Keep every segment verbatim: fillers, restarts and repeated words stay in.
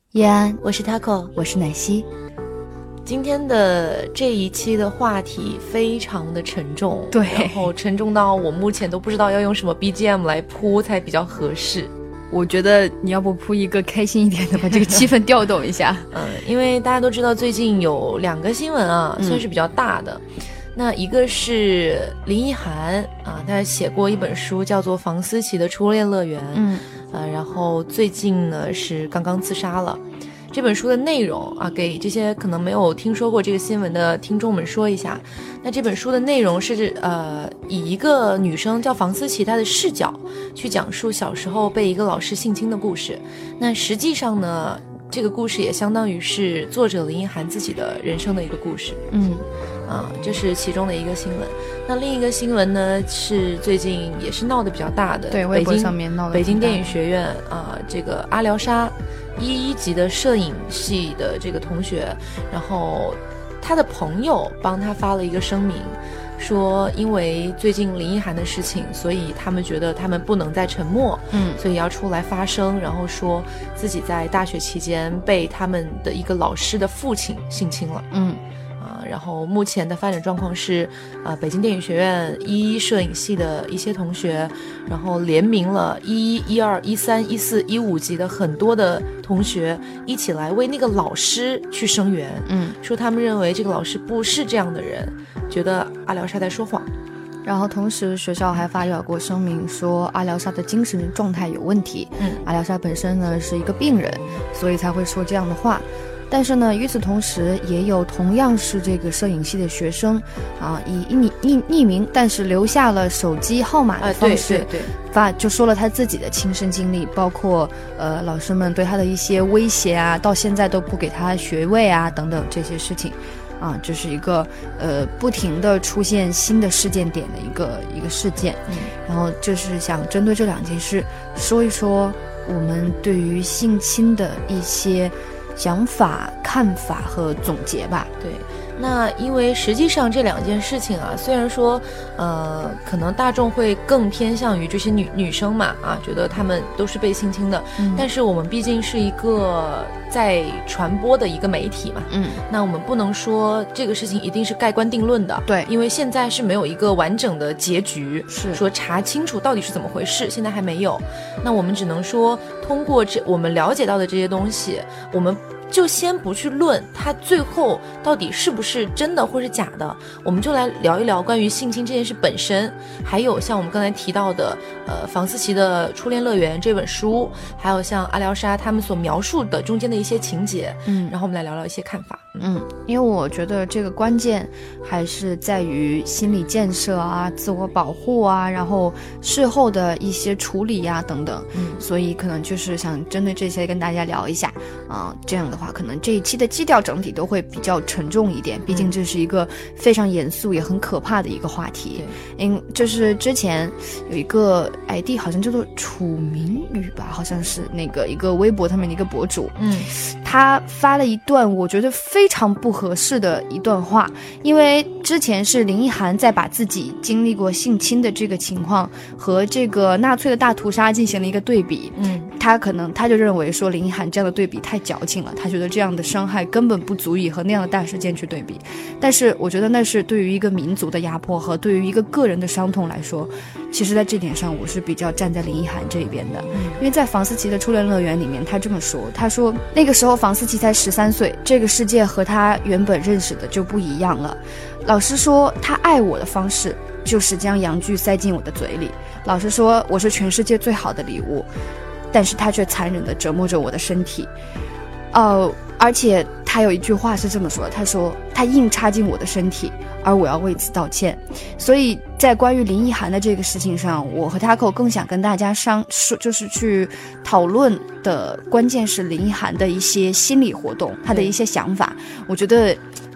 叶安， 我是 Taco， 我是奶昔。 今天的这一期的话题非常的沉重， 对， 然后沉重到我目前都不知道要用什么 B G M 来铺才比较合适。 我觉得你要不铺一个开心一点的，把这个气氛调动一下。 嗯，因为大家都知道最近有两个新闻啊， 嗯、 算是比较大的。那一个是林奕含啊，他写过一本书叫做《房思琪的初恋乐园》， 嗯， 呃，然后最近呢是刚刚自杀了。这本书的内容啊，给这些可能没有听说过这个新闻的听众们说一下。那这本书的内容是呃，以一个女生叫房思琪她的视角去讲述小时候被一个老师性侵的故事。那实际上呢，这个故事也相当于是作者林奕含自己的人生的一个故事。 嗯， 啊，这是其中的一个新闻。那另一个新闻呢，是最近也是闹得比较大的， 对，微博上面闹得北京电影学院啊，这个阿廖沙一一级的摄影系的这个同学，然后他的朋友帮他发了一个声明，说因为最近林奕含的事情，所以他们觉得他们不能再沉默， 嗯， 所以要出来发声，然后说自己在大学期间被他们的一个老师的父亲性侵了， 嗯。 然后目前的发展状况是，呃，北京电影学院一一摄影系的一些同学，然后联名了一一、一二、一三、一四、一五级的很多的同学一起来为那个老师去声援， 嗯， 说他们认为这个老师不是这样的人，觉得阿廖沙在说谎。 然后同时学校还发表过声明说阿廖沙的精神状态有问题， 嗯， 阿廖沙本身呢是一个病人，所以才会说这样的话。但是呢，与此同时，也有同样是这个摄影系的学生，啊，以匿匿匿名，但是留下了手机号码的方式， 呃、对对对发就说了他自己的亲身经历，包括呃老师们对他的一些威胁啊，到现在都不给他学位啊等等这些事情，啊，这是一个呃不停的出现新的事件点的一个一个事件， 嗯， 然后就是想针对这两件事说一说我们对于性侵的一些想法、看法和总结吧。 对，那因为实际上这两件事情啊，虽然说，呃，可能大众会更偏向于这些女女生嘛，啊，觉得她们都是被性侵的， 嗯， 但是我们毕竟是一个在传播的一个媒体嘛， 嗯， 那我们不能说这个事情一定是盖棺定论的， 对， 因为现在是没有一个完整的结局， 是说查清楚到底是怎么回事，现在还没有，那我们只能说通过这我们了解到的这些东西，我们就先不去论它最后到底是不是真的或是假的，我们就来聊一聊关于性侵这件事本身，还有像我们刚才提到的呃房思琪的初恋乐园这本书，还有像阿廖沙他们所描述的中间的一些情节， 嗯， 然后我们来聊聊一些看法。 嗯，因为我觉得这个关键还是在于心理建设啊、自我保护啊，然后事后的一些处理呀、啊、等等。 嗯， 所以可能就是想针对这些跟大家聊一下啊、呃，这样的话，可能这一期的基调整体都会比较沉重一点，毕竟这是一个非常严肃也很可怕的一个话题。嗯，就是之前有一个 I D 好像叫做楚明宇吧，好像是那个一个微博上面的一个博主， 嗯， 他发了一段我觉得非常不合适的一段话，因为之前是林奕含在把自己经历过性侵的这个情况和这个纳粹的大屠杀进行了一个对比， 嗯， 他可能他就认为说林奕含这样的对比太矫情了，他觉得这样的伤害根本不足以和那样的大事件去对比，但是我觉得那是对于一个民族的压迫和对于一个个人的伤痛来说，其实在这点上我是比较站在林奕含这一边的， 嗯， 因为在房思琪的初恋乐园里面他这么说，他说那个时候房思琪才十三岁，这个世界和他原本认识的就不一样了。老师说他爱我的方式就是将阳具塞进我的嘴里，老师说我是全世界最好的礼物，但是他却残忍地折磨着我的身体。呃，而且他有一句话是这么说，他说他硬插进我的身体，而我要为此道歉。所以在关于林奕含的这个事情上，我和 Taco 更想跟大家商说，就是去讨论的关键是林奕含的一些心理活动，他的一些想法。我觉得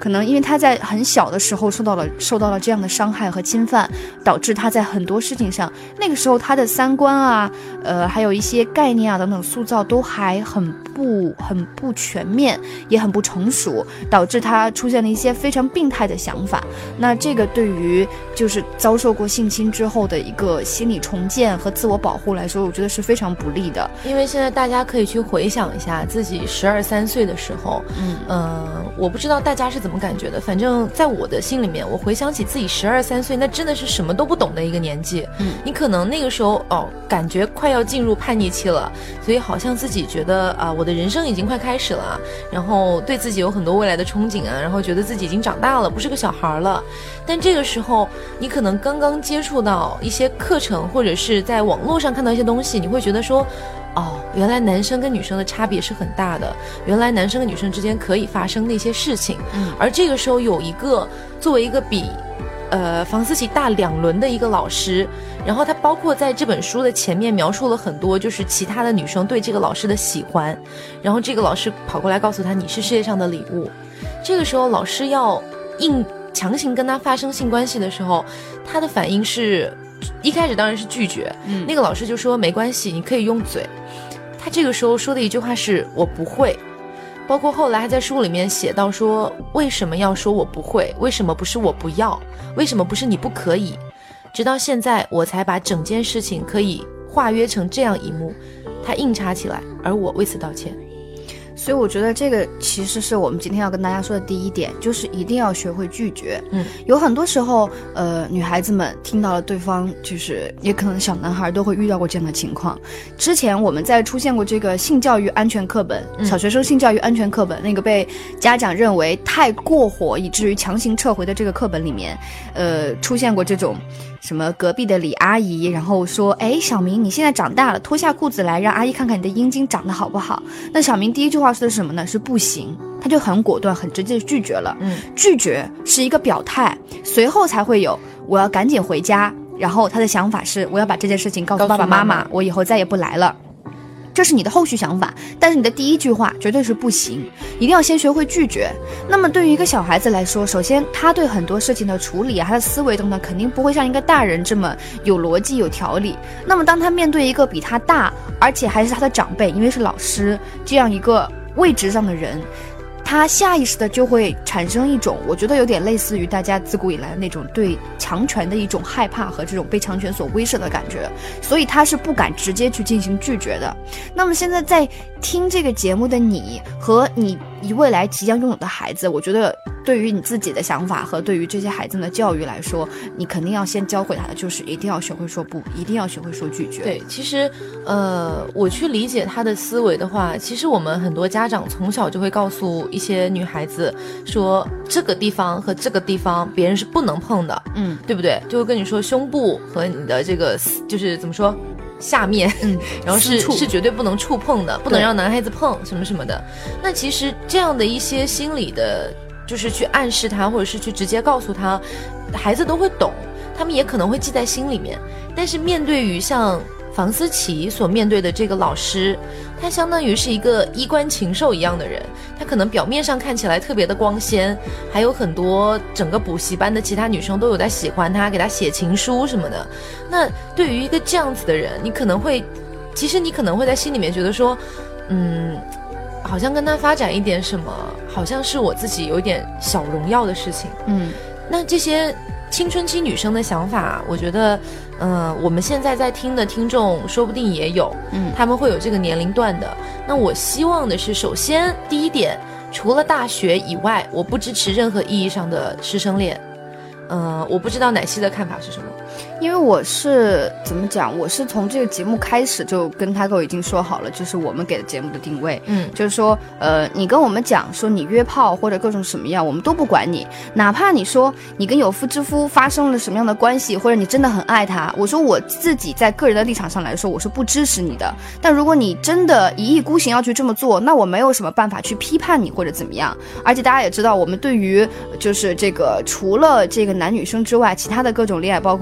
可能因为他在很小的时候受到了受到了这样的伤害和侵犯，导致他在很多事情上，那个时候他的三观啊，呃，还有一些概念啊等等塑造都还很不很不全面，也很不成熟，导致他出现了一些非常病态的想法。那这个对于就是遭受过性侵之后的一个心理重建和自我保护来说，我觉得是非常不利的。 因为现在大家可以去回想一下自己十二三岁的时候，嗯呃，我不知道大家是怎么感觉的，反正在我的心里面，我回想起自己十二三岁，那真的是什么都不懂的一个年纪。嗯，你可能那个时候哦，感觉快要进入叛逆期了，所以好像自己觉得啊、呃，我的人生已经快开始了，然后对自己有很多未来的憧憬啊，然后觉得自己已经长大了，不是个小孩了。但这个时候，你可能刚刚接触到一些课程，或者是在网络上看到一些东西，你会觉得说，哦，原来男生跟女生的差别是很大的，原来男生跟女生之间可以发生的一些事情。嗯，而这个时候有一个作为一个比呃房思琪大两轮的一个老师，然后他包括在这本书的前面描述了很多就是其他的女生对这个老师的喜欢，然后这个老师跑过来告诉他你是世界上的礼物。这个时候老师要硬强行跟他发生性关系的时候，他的反应是一开始当然是拒绝、嗯、那个老师就说没关系，你可以用嘴。他这个时候说的一句话是我不会，包括后来还在书里面写到说为什么要说我不会，为什么不是我不要，为什么不是你不可以，直到现在我才把整件事情可以化约成这样一幕，他硬插起来，而我为此道歉。 所以我觉得这个其实是我们今天要跟大家说的第一点，就是一定要学会拒绝。嗯，有很多时候，呃，女孩子们听到了对方，就是也可能小男孩都会遇到过这样的情况。之前我们在出现过这个性教育安全课本，嗯、小学生性教育安全课本，那个被家长认为太过火，以至于强行撤回的这个课本里面，呃，出现过这种。什么隔壁的李阿姨，然后说，哎，小明你现在长大了，脱下裤子来让阿姨看看你的阴茎长得好不好。那小明第一句话说的是什么呢？是不行，他就很果断很直接拒绝了。嗯，拒绝是一个表态，随后才会有我要赶紧回家，然后他的想法是我要把这件事情告诉爸爸妈妈，我以后再也不来了。这是你的后续想法，但是你的第一句话绝对是不行，一定要先学会拒绝。那么对于一个小孩子来说，首先他对很多事情的处理啊，他的思维等等肯定不会像一个大人这么有逻辑有条理。那么当他面对一个比他大而且还是他的长辈，因为是老师这样一个位置上的人，他下意识的就会产生一种我觉得有点类似于大家自古以来的那种对强权的一种害怕和这种被强权所威慑的感觉，所以他是不敢直接去进行拒绝的。那么现在在听这个节目的你和你以未来即将拥有的孩子，我觉得对于你自己的想法和对于这些孩子们的教育来说，你肯定要先教会他的就是一定要学会说不，一定要学会说拒绝。 对，其实呃，我去理解他的思维的话，其实我们很多家长从小就会告诉一些女孩子说这个地方和这个地方别人是不能碰的，嗯，对不对？就会跟你说胸部和你的这个就是怎么说下面，嗯，然后是是绝对不能触碰的，不能让男孩子碰什么什么的。那其实这样的一些心理的就是去暗示他，或者是去直接告诉他，孩子都会懂，他们也可能会记在心里面。但是面对于像房思琪所面对的这个老师，他相当于是一个衣冠禽兽一样的人，他可能表面上看起来特别的光鲜，还有很多整个补习班的其他女生都有在喜欢他，给他写情书什么的。那对于一个这样子的人，你可能会其实你可能会在心里面觉得说，嗯，好像跟他发展一点什么，好像是我自己有一点小荣耀的事情。嗯，那这些青春期女生的想法，我觉得嗯，我们现在在听的听众说不定也有，嗯，他们会有这个年龄段的。那我希望的是，首先第一点，除了大学以外，我不支持任何意义上的师生恋。呃，我不知道奶昔的看法是什么。 因为我是怎么讲，我是从这个节目开始就跟他都已经说好了，就是我们给的节目的定位，嗯，就是说，呃，你跟我们讲说你约炮或者各种什么样，我们都不管你，哪怕你说你跟有夫之夫发生了什么样的关系，或者你真的很爱他，我说我自己在个人的立场上来说，我是不支持你的。但如果你真的一意孤行要去这么做，那我没有什么办法去批判你或者怎么样。而且大家也知道，我们对于就是这个除了这个男女生之外，其他的各种恋爱，包括第四恋爱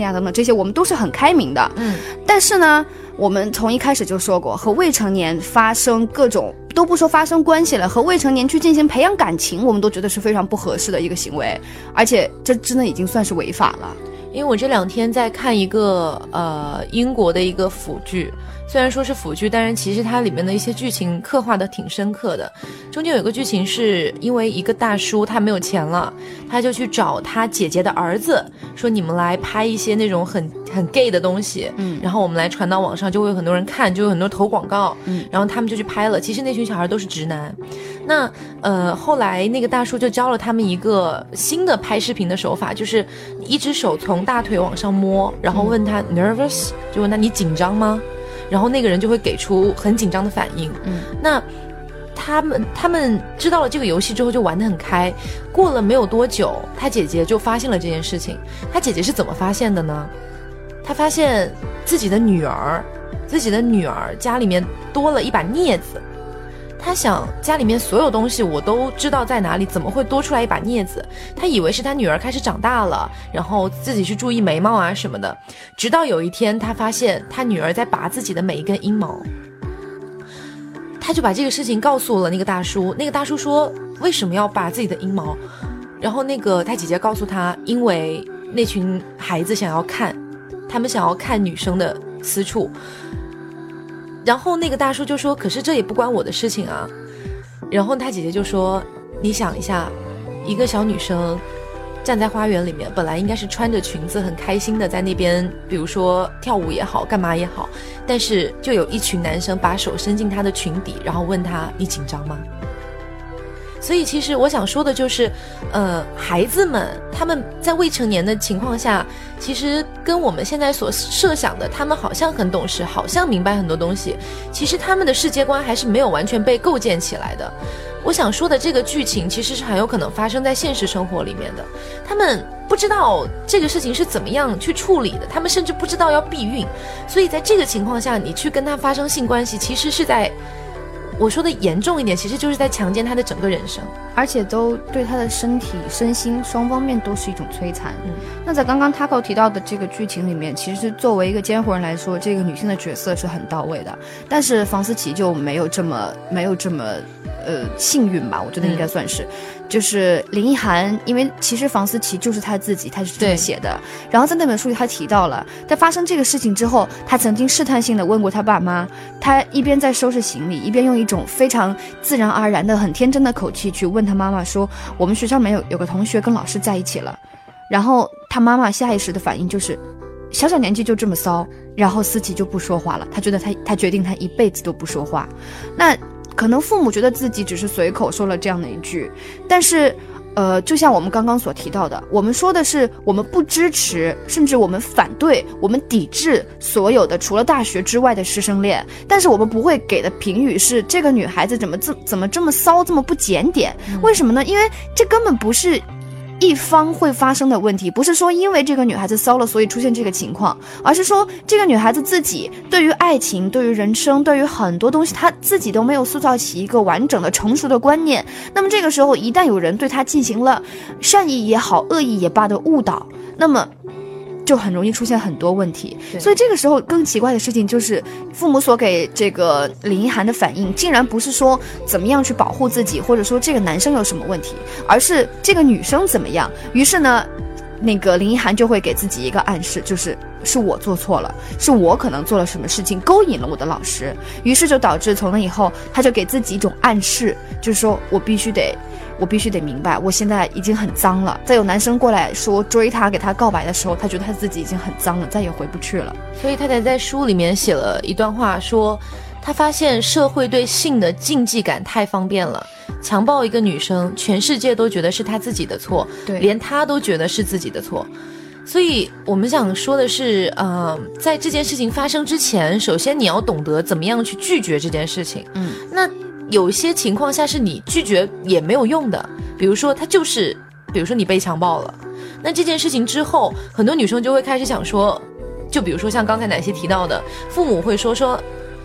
呀等等，这些我们都是很开明的。 嗯， 但是呢，我们从一开始就说过，和未成年发生各种都不说发生关系了，和未成年去进行培养感情，我们都觉得是非常不合适的一个行为，而且这真的已经算是违法了。 因为我这两天在看一个呃英国的一个腐剧，虽然说是腐剧，但是其实它里面的一些剧情刻画的挺深刻的。中间有一个剧情是因为一个大叔他没有钱了，他就去找他姐姐的儿子，说你们来拍一些那种很很 gay 的东西，嗯，然后我们来传到网上，就会有很多人看，就有很多投广告，嗯，然后他们就去拍了。其实那群小孩都是直男。那呃后来那个大叔就教了他们一个新的拍视频的手法，就是一只手从大腿往上摸，然后问他 nervous， 就问他你紧张吗？然后那个人就会给出很紧张的反应。嗯，那他们他们知道了这个游戏之后就玩得很开。过了没有多久，他姐姐就发现了这件事情。他姐姐是怎么发现的呢？他发现自己的女儿，自己的女儿家里面多了一把镊子。他想家里面所有东西我都知道在哪里，怎么会多出来一把镊子？他以为是他女儿开始长大了，然后自己去注意眉毛啊什么的。直到有一天他发现他女儿在拔自己的每一根阴毛，他就把这个事情告诉了那个大叔。那个大叔说为什么要拔自己的阴毛？然后那个他姐姐告诉他，因为那群孩子想要看，他们想要看女生的私处。然后那个大叔就说可是这也不关我的事情啊。然后他姐姐就说你想一下，一个小女生站在花园里面，本来应该是穿着裙子很开心的在那边，比如说跳舞也好干嘛也好，但是就有一群男生把手伸进她的裙底，然后问她你紧张吗？所以其实我想说的就是呃，孩子们他们在未成年的情况下，其实跟我们现在所设想的他们好像很懂事，好像明白很多东西，其实他们的世界观还是没有完全被构建起来的。我想说的这个剧情其实是很有可能发生在现实生活里面的，他们不知道这个事情是怎么样去处理的，他们甚至不知道要避孕，所以在这个情况下你去跟他发生性关系，其实是在，我说的严重一点，其实就是在强奸他的整个人生， 而且都对他的身体身心双方面都是一种摧残。嗯，那在刚刚 Taco 提到的这个剧情里面，其实作为一个监护人来说，这个女性的角色是很到位的，但是房思琪就没有这么没有这么呃幸运吧，我觉得应该算是、嗯、就是林奕涵，因为其实房思琪就是她自己，她是这么写的。然后在那本书里她提到了，在发生这个事情之后，她曾经试探性的问过她爸妈，她一边在收拾行李，一边用一种非常自然而然的很天真的口气去问她妈妈说，我们学校没有有个同学跟老师在一起了。然后她妈妈下意识的反应就是小小年纪就这么骚，然后思琪就不说话了，她觉得她她决定她一辈子都不说话。那可能父母觉得自己只是随口说了这样的一句，但是呃，就像我们刚刚所提到的，我们说的是我们不支持，甚至我们反对，我们抵制所有的除了大学之外的师生恋，但是我们不会给的评语是这个女孩子怎么这怎么这么骚，这么不检点。为什么呢？因为这根本不是一方会发生的问题，不是说因为这个女孩子骚了所以出现这个情况，而是说这个女孩子自己对于爱情，对于人生，对于很多东西她自己都没有塑造起一个完整的成熟的观念。那么这个时候一旦有人对她进行了善意也好恶意也罢的误导，那么就很容易出现很多问题。所以这个时候更奇怪的事情就是父母所给这个林奕涵的反应竟然不是说怎么样去保护自己，或者说这个男生有什么问题，而是这个女生怎么样。于是呢那个林奕涵就会给自己一个暗示，就是是我做错了，是我可能做了什么事情勾引了我的老师。于是就导致从那以后他就给自己一种暗示，就是说我必须得我必须得明白我现在已经很脏了，在有男生过来说追他给他告白的时候，他觉得他自己已经很脏了，再也回不去了。 所以他才在书里面写了一段话，说他发现社会对性的禁忌感太方便了，强暴一个女生全世界都觉得是他自己的错，对，连他都觉得是自己的错。所以我们想说的是呃，在这件事情发生之前，首先你要懂得怎么样去拒绝这件事情。嗯，那有一些情况下是你拒绝也没有用的，比如说他就是比如说你被强暴了，那这件事情之后很多女生就会开始想说，就比如说像刚才奶昔提到的，父母会说说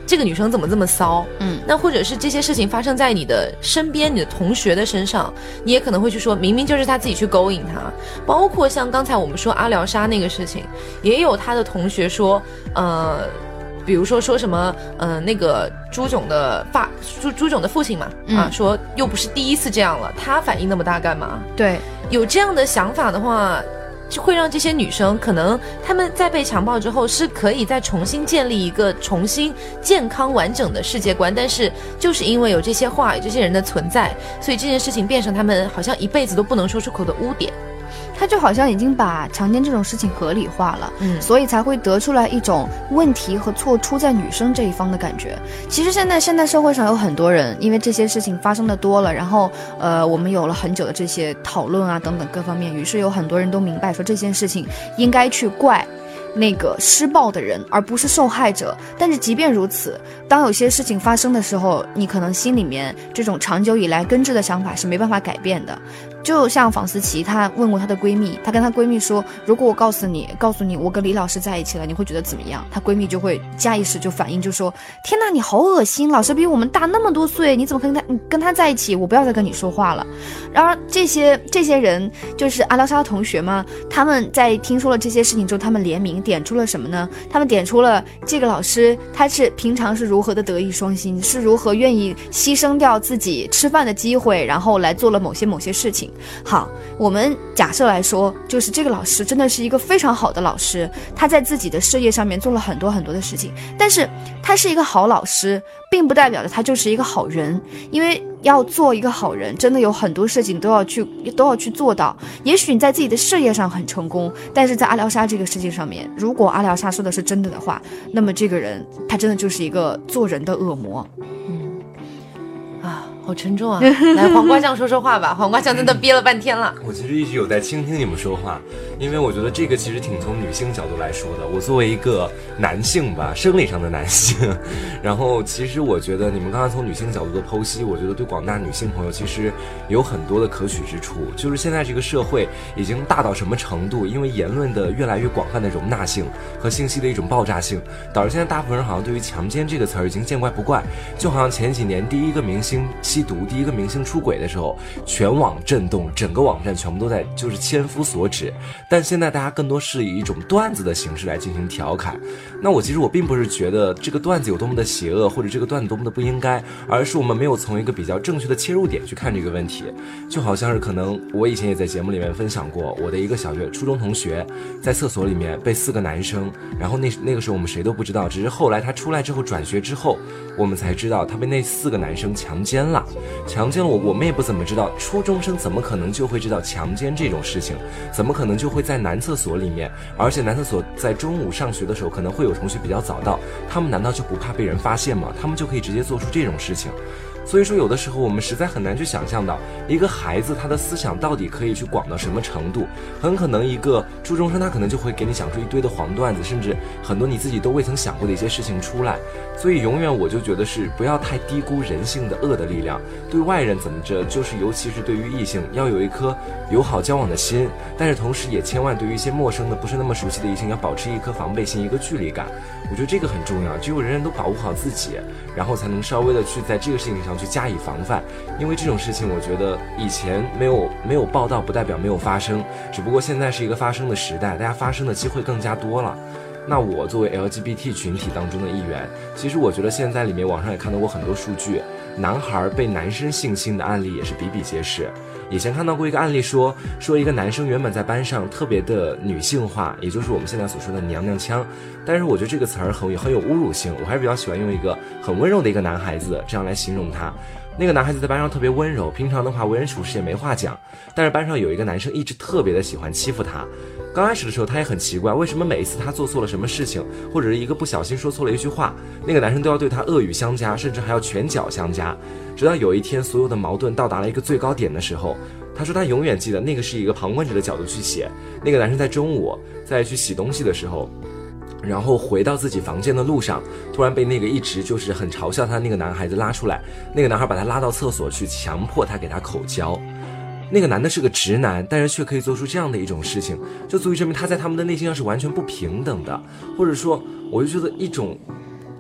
这个女生怎么这么骚？ 嗯， 那或者是这些事情发生在你的身边，你的同学的身上，你也可能会去说，明明就是他自己去勾引他。包括像刚才我们说阿廖沙那个事情，也有他的同学说，呃，比如说说什么，呃，那个朱炯的爸，朱朱炯的父亲嘛， 嗯、 啊，说又不是第一次这样了，他反应那么大干嘛？ 对， 有这样的想法的话。就会让这些女生可能她们在被强暴之后是可以再重新建立一个重新健康完整的世界观，但是就是因为有这些话有这些人的存在，所以这件事情变成他们好像一辈子都不能说出口的污点。 他就好像已经把强奸这种事情合理化了， 嗯， 所以才会得出来一种问题和错出在女生这一方的感觉。其实现在现在社会上有很多人，因为这些事情发生的多了，然后呃，我们有了很久的这些讨论啊等等各方面，于是有很多人都明白说这件事情应该去怪那个施暴的人，而不是受害者。但是即便如此，当有些事情发生的时候，你可能心里面这种长久以来根治的想法是没办法改变的。就像房思琪，她问过她的闺蜜，她跟她闺蜜说，如果我告诉你告诉你我跟李老师在一起了，你会觉得怎么样？她闺蜜就会下意识就反应就说，天哪，你好恶心，老师比我们大那么多岁，你怎么跟他你跟他在一起？我不要再跟你说话了。然而这些这些人就是阿廖沙的同学嘛，他们在听说了这些事情之后，他们联名点出了什么呢？他们点出了这个老师他是平常是如何的德艺双馨，是如何愿意牺牲掉自己吃饭的机会，然后来做了某些某些事情。好，我们假设来说，就是这个老师真的是一个非常好的老师，他在自己的事业上面做了很多很多的事情，但是他是一个好老师，并不代表着他就是一个好人，因为要做一个好人，真的有很多事情都要去都要去做到。也许你在自己的事业上很成功，但是在阿廖沙这个事情上面，如果阿廖沙说的是真的的话，那么这个人他真的就是一个做人的恶魔。 嗯，啊，好沉重啊！来，黄瓜酱说说话吧。黄瓜酱真的憋了半天了。 我其实一直有在倾听你们说话，因为我觉得这个其实挺从女性角度来说的。我作为一个男性吧，生理上的男性，然后其实我觉得你们刚才从女性角度的剖析，我觉得对广大女性朋友其实有很多的可取之处。就是现在这个社会已经大到什么程度？因为言论的越来越广泛的容纳性和信息的一种爆炸性，导致现在大部分人好像对于强奸这个词儿已经见怪不怪。就好像前几年第一个明星吸毒，第一个明星出轨的时候，全网震动，整个网站全部都在就是千夫所指。但现在大家更多是以一种段子的形式来进行调侃。那我其实我并不是觉得这个段子有多么的邪恶，或者这个段子多么的不应该，而是我们没有从一个比较正确的切入点去看这个问题。就好像是可能我以前也在节目里面分享过，我的一个小学初中同学在厕所里面被四个男生，然后那那个时候我们谁都不知道，只是后来他出来之后转学之后，我们才知道他被那四个男生强奸了。强奸了我，我们也不怎么知道，初中生怎么可能就会知道强奸这种事情？怎么可能就会在男厕所里面？而且男厕所在中午上学的时候，可能会有同学比较早到，他们难道就不怕被人发现吗？他们就可以直接做出这种事情。所以说有的时候我们实在很难去想象到一个孩子他的思想到底可以去广到什么程度。很可能一个初中生他可能就会给你讲出一堆的黄段子，甚至很多你自己都未曾想过的一些事情出来。所以永远我就觉得是不要太低估人性的恶的力量。对外人怎么着，就是尤其是对于异性要有一颗友好交往的心，但是同时也千万对于一些陌生的不是那么熟悉的异性要保持一颗防备心，一个距离感。我觉得这个很重要，只有人人都保护好自己，然后才能稍微的去在这个事情上去加以防范。因为这种事情我觉得以前没有没有报道不代表没有发生，只不过现在是一个发生的时代，大家发生的机会更加多了。那我作为 L G B T 群体当中的一员，其实我觉得现在里面网上也看到过很多数据，男孩被男生性侵的案例也是比比皆是。以前看到过一个案例说，说一个男生原本在班上特别的女性化，也就是我们现在所说的娘娘腔，但是我觉得这个词儿很很有侮辱性，我还是比较喜欢用一个很温柔的一个男孩子这样来形容他。那个男孩子在班上特别温柔，平常的话为人处事也没话讲，但是班上有一个男生一直特别的喜欢欺负他。刚开始的时候他也很奇怪，为什么每一次他做错了什么事情，或者是一个不小心说错了一句话，那个男生都要对他恶语相加，甚至还要拳脚相加。直到有一天所有的矛盾到达了一个最高点的时候，他说他永远记得那个是一个旁观者的角度去写，那个男生在中午在去洗东西的时候，然后回到自己房间的路上，突然被那个一直就是很嘲笑他的那个男孩子拉出来，那个男孩把他拉到厕所去，强迫他给他口交。那个男的是个直男，但是却可以做出这样的一种事情，就足以证明他在他们的内心上是完全不平等的。或者说我就觉得一种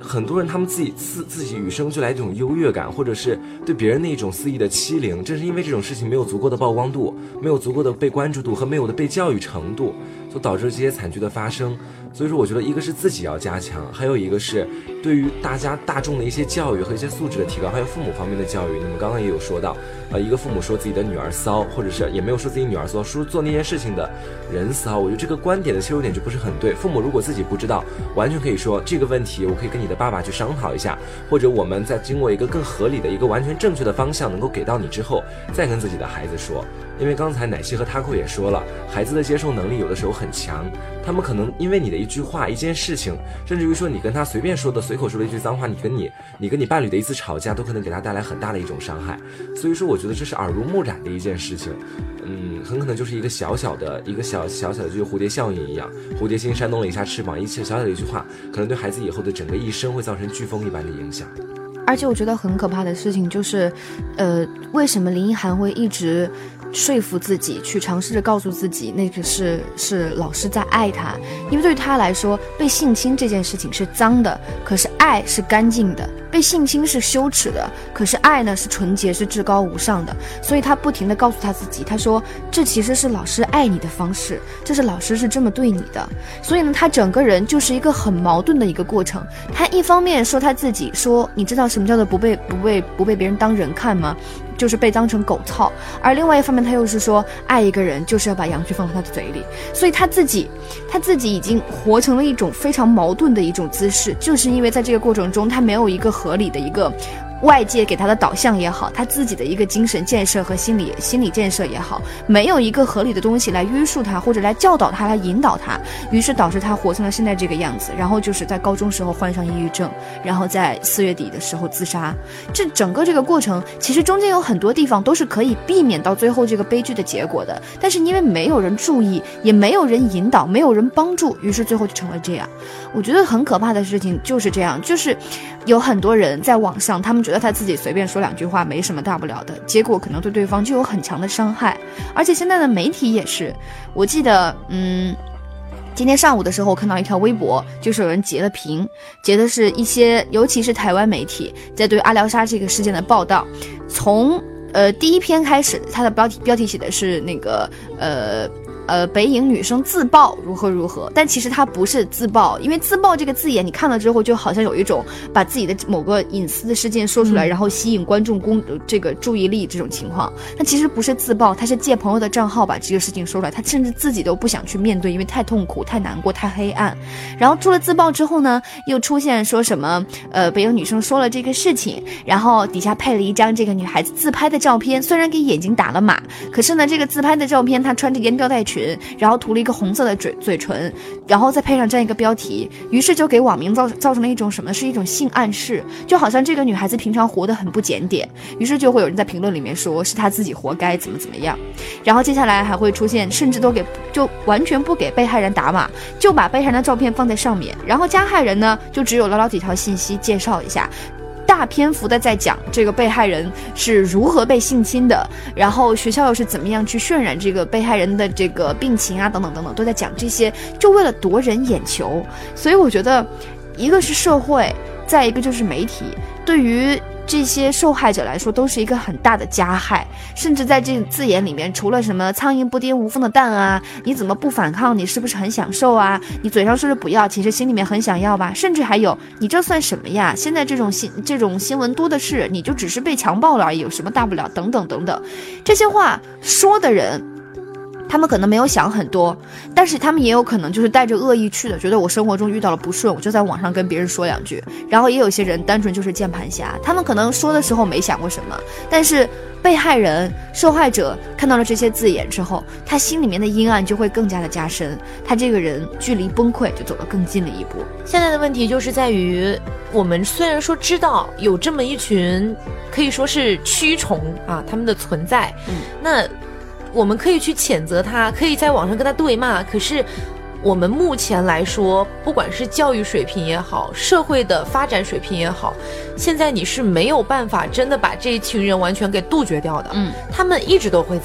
很多人他们自己自自己与生俱来这种优越感，或者是对别人那种肆意的欺凌，正是因为这种事情没有足够的曝光度，没有足够的被关注度和没有的被教育程度，所导致这些惨剧的发生。所以说我觉得一个是自己要加强，还有一个是对于大家大众的一些教育和一些素质的提高，还有父母方面的教育。你们刚刚也有说到，呃，一个父母说自己的女儿骚，或者是也没有说自己女儿骚，说做那件事情的人骚，我觉得这个观点的切入点就不是很对。父母如果自己不知道，完全可以说这个问题我可以跟你的爸爸去商讨一下，或者我们在经过一个更合理的一个完全正确的方向能够给到你之后，再跟自己的孩子说。因为刚才奶昔和塔扣也说了，孩子的接受能力有的时候很强，他们可能因为你的一句话一件事情，甚至于说你跟他随便说的随口说的一句脏话，你跟你你跟你伴侣的一次吵架，都可能给他带来很大的一种伤害。所以说我觉得这是耳濡目染的一件事情，嗯，很可能就是一个小小的一个小小小的就是蝴蝶效应一样，蝴蝶心扇动了一下翅膀，一切小小的一句话可能对孩子以后的整个一生会造成飓风一般的影响。 而且我觉得很可怕的事情就是，呃，为什么林奕含会一直说服自己，去尝试着告诉自己，那个是是老师在爱他？因为对于他来说，被性侵这件事情是脏的，可是爱是干净的；被性侵是羞耻的，可是爱呢是纯洁，是至高无上的。所以他不停地告诉他自己，他说这其实是老师爱你的方式，这是老师是这么对你的。所以呢，他整个人就是一个很矛盾的一个过程。他一方面说他自己说，你知道什么叫做不被不被不被别人当人看吗？就是被当成狗操。而另外一方面他又是说，爱一个人就是要把羊去放到他的嘴里。所以他自己他自己已经活成了一种非常矛盾的一种姿势，就是因为在这个过程中他没有一个合理的一个外界给他的导向也好，他自己的一个精神建设和心理心理建设也好，没有一个合理的东西来约束他，或者来教导他，来引导他，于是导致他活成了现在这个样子。然后就是在高中时候患上抑郁症，然后在四月底的时候自杀。这整个这个过程其实中间有很多地方都是可以避免到最后这个悲剧的结果的，但是因为没有人注意，也没有人引导，没有人帮助，于是最后就成了这样。我觉得很可怕的事情就是这样，就是有很多人在网上，他们觉得他自己随便说两句话没什么大不了的，结果可能对对方就有很强的伤害。而且现在的媒体也是，我记得嗯今天上午的时候我看到一条微博，就是有人截了屏，截的是一些尤其是台湾媒体在对阿廖沙这个事件的报道。从呃第一篇开始，它的标题标题写的是那个呃呃，北影女生自曝如何如何，但其实她不是自曝，因为自曝这个字眼你看了之后就好像有一种把自己的某个隐私的事件说出来，嗯、然后吸引观众公这个注意力这种情况。那其实不是自曝，她是借朋友的账号把这个事情说出来，她甚至自己都不想去面对，因为太痛苦、太难过、太黑暗。然后出了自曝之后呢，又出现说什么呃，北影女生说了这个事情，然后底下配了一张这个女孩子自拍的照片，虽然给眼睛打了码，可是呢，这个自拍的照片她穿着烟吊带裙。然后涂了一个红色的嘴嘴唇，然后再配上这样一个标题，于是就给网民造造成了一种什么，是一种性暗示，就好像这个女孩子平常活得很不检点，于是就会有人在评论里面说是她自己活该怎么怎么样。然后接下来还会出现，甚至都给就完全不给被害人打码，就把被害人的照片放在上面，然后加害人呢就只有寥寥几条信息介绍一下，大篇幅的在讲这个被害人是如何被性侵的，然后学校又是怎么样去渲染这个被害人的这个病情啊，等等等等，都在讲这些，就为了夺人眼球。所以我觉得一个是社会，再一个就是媒体，对于这些受害者来说都是一个很大的加害。甚至在这个字眼里面，除了什么苍蝇不叮无缝的蛋啊，你怎么不反抗，你是不是很享受啊，你嘴上说是不要，其实心里面很想要吧，甚至还有你这算什么呀，现在这种新这种新闻多的是，你就只是被强暴了而已，有什么大不了，等等等等。这些话说的人他们可能没有想很多，但是他们也有可能就是带着恶意去的，觉得我生活中遇到了不顺，我就在网上跟别人说两句。然后也有些人单纯就是键盘侠，他们可能说的时候没想过什么，但是被害人受害者看到了这些字眼之后，他心里面的阴暗就会更加的加深，他这个人距离崩溃就走得更近了一步。 现在的问题就是在于，我们虽然说知道有这么一群可以说是蛆虫啊，他们的存在，嗯，那我们可以去谴责他，可以在网上跟他对骂，可是我们目前来说，不管是教育水平也好，社会的发展水平也好，现在你是没有办法真的把这一群人完全给杜绝掉的。嗯，他们一直都会在，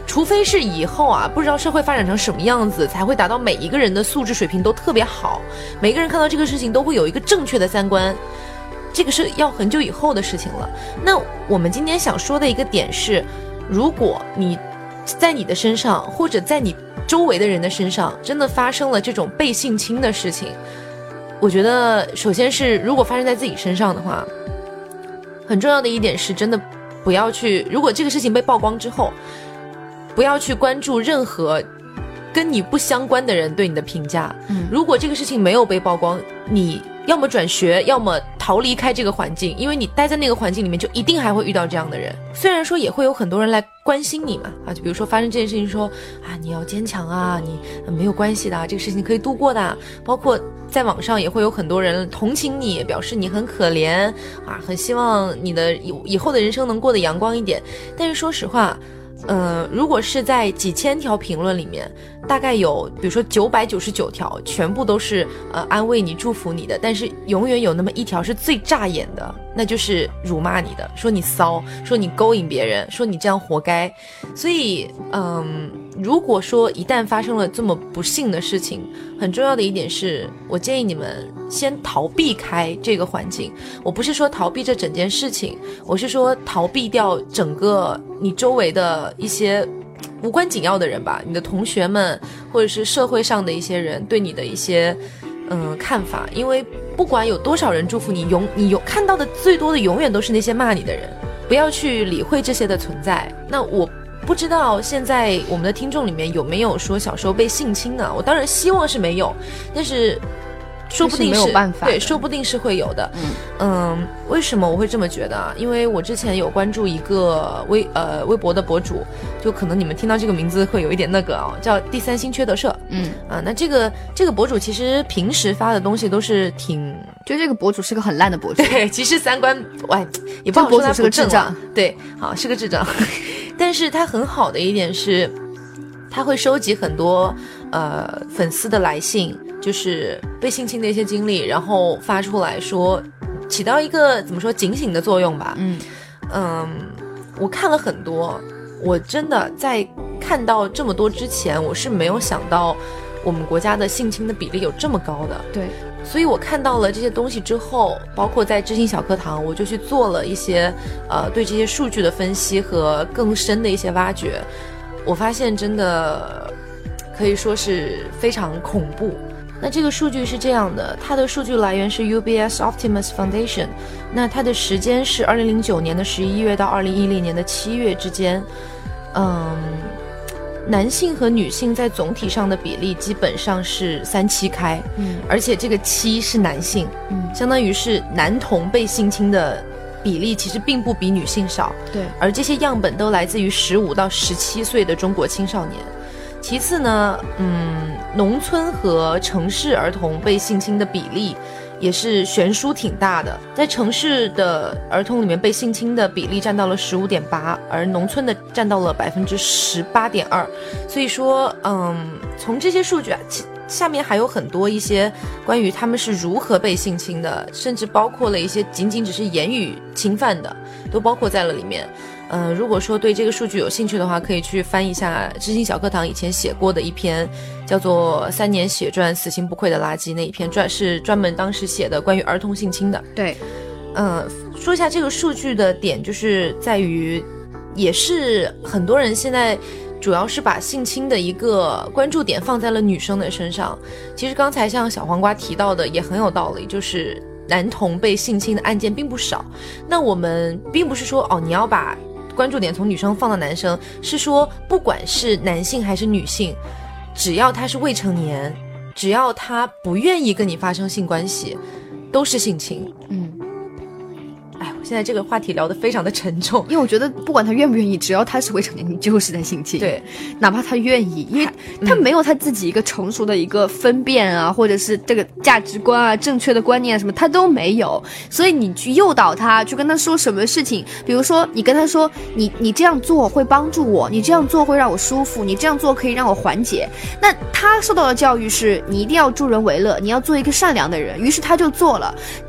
除非是以后啊，不知道社会发展成什么样子，才会达到每一个人的素质水平都特别好，每个人看到这个事情都会有一个正确的三观，这个是要很久以后的事情了。那我们今天想说的一个点是，如果你在你的身上，或者在你周围的人的身上，真的发生了这种被性侵的事情，我觉得首先是如果发生在自己身上的话，很重要的一点是真的不要去，如果这个事情被曝光之后，不要去关注任何跟你不相关的人对你的评价。嗯，如果这个事情没有被曝光，你要么转学，要么逃离开这个环境，因为你待在那个环境里面就一定还会遇到这样的人。虽然说也会有很多人来关心你嘛，啊，就比如说发生这件事情说啊，你要坚强啊，你、呃、没有关系的，这个事情可以度过的，包括在网上也会有很多人同情你，表示你很可怜啊，很希望你的以以后的人生能过得阳光一点。但是说实话，呃，如果是在几千条评论里面，大概有比如说九百九十九条全部都是呃安慰你祝福你的，但是永远有那么一条是最炸眼的，那就是辱骂你的，说你骚，说你勾引别人，说你这样活该。所以嗯，如果说一旦发生了这么不幸的事情，很重要的一点是，我建议你们先逃避开这个环境。我不是说逃避这整件事情，我是说逃避掉整个你周围的一些无关紧要的人吧，你的同学们或者是社会上的一些人对你的一些嗯看法，因为不管有多少人祝福你，永你有看到的最多的永远都是那些骂你的人，不要去理会这些的存在。那我不知道现在我们的听众里面有没有说小时候被性侵呢？我当然希望是没有，但是说不定 是, 是没有办法， 对，说不定是会有的。嗯嗯，为什么我会这么觉得啊？因为我之前有关注一个微呃微博的博主，就可能你们听到这个名字会有一点那个啊、哦，叫第三星缺德社。嗯啊，那这个这个博主其实平时发的东西都是挺， 就这个博主是个很烂的博主， 对，其实三观喂也不好说他不正啊，对，好是个智障，但是他很好的一点是，他会收集很多呃粉丝的来信。就是被性侵的一些经历，然后发出来说，起到一个怎么说警醒的作用吧。嗯嗯，我看了很多，我真的在看到这么多之前，我是没有想到我们国家的性侵的比例有这么高的。 对， 所以我看到了这些东西之后，包括在知心小课堂，我就去做了一些呃对这些数据的分析和更深的一些挖掘。我发现真的可以说是非常恐怖。那这个数据是这样的，它的数据来源是 U B S Optimus Foundation， 那它的时间是二零零九年的十一月到二零一零年的七月之间。嗯，男性和女性在总体上的比例基本上是三七开，嗯，而且这个七是男性，嗯，相当于是男童被性侵的比例其实并不比女性少， 对， 而这些样本都来自于十五到十七岁的中国青少年。其次呢，嗯，农村和城市儿童被性侵的比例也是悬殊挺大的，在城市的儿童里面被性侵的比例占到了 十五点八， 而农村的占到了 百分之十八点二。 所以说嗯，从这些数据啊，下面还有很多一些关于他们是如何被性侵的，甚至包括了一些仅仅只是言语侵犯的，都包括在了里面。呃，如果说对这个数据有兴趣的话，可以去翻一下知心小课堂以前写过的一篇叫做三年血赚死刑不愧的垃圾，那一篇专是专门当时写的关于儿童性侵的。 对， 呃，说一下这个数据的点，就是在于也是很多人现在主要是把性侵的一个关注点放在了女生的身上。其实刚才像小黄瓜提到的也很有道理，就是男童被性侵的案件并不少。那我们并不是说哦，你要把关注点从女生放到男生，是说不管是男性还是女性，只要他是未成年，只要他不愿意跟你发生性关系，都是性侵。嗯，哎，我现在这个话题聊得非常的沉重， 因为我觉得不管他愿不愿意，只要他是未成年，你就是在性侵。 对， 哪怕他愿意，因为他没有他自己一个成熟的一个分辨啊，嗯、或者是这个价值观啊、正确的观念啊什么，他都没有。所以你去诱导他，去跟他说什么事情，比如说你跟他说，你你这样做会帮助我，你这样做会让我舒服，你这样做可以让我缓解。那他受到的教育是，你一定要助人为乐，你要做一个善良的人，于是他就做了。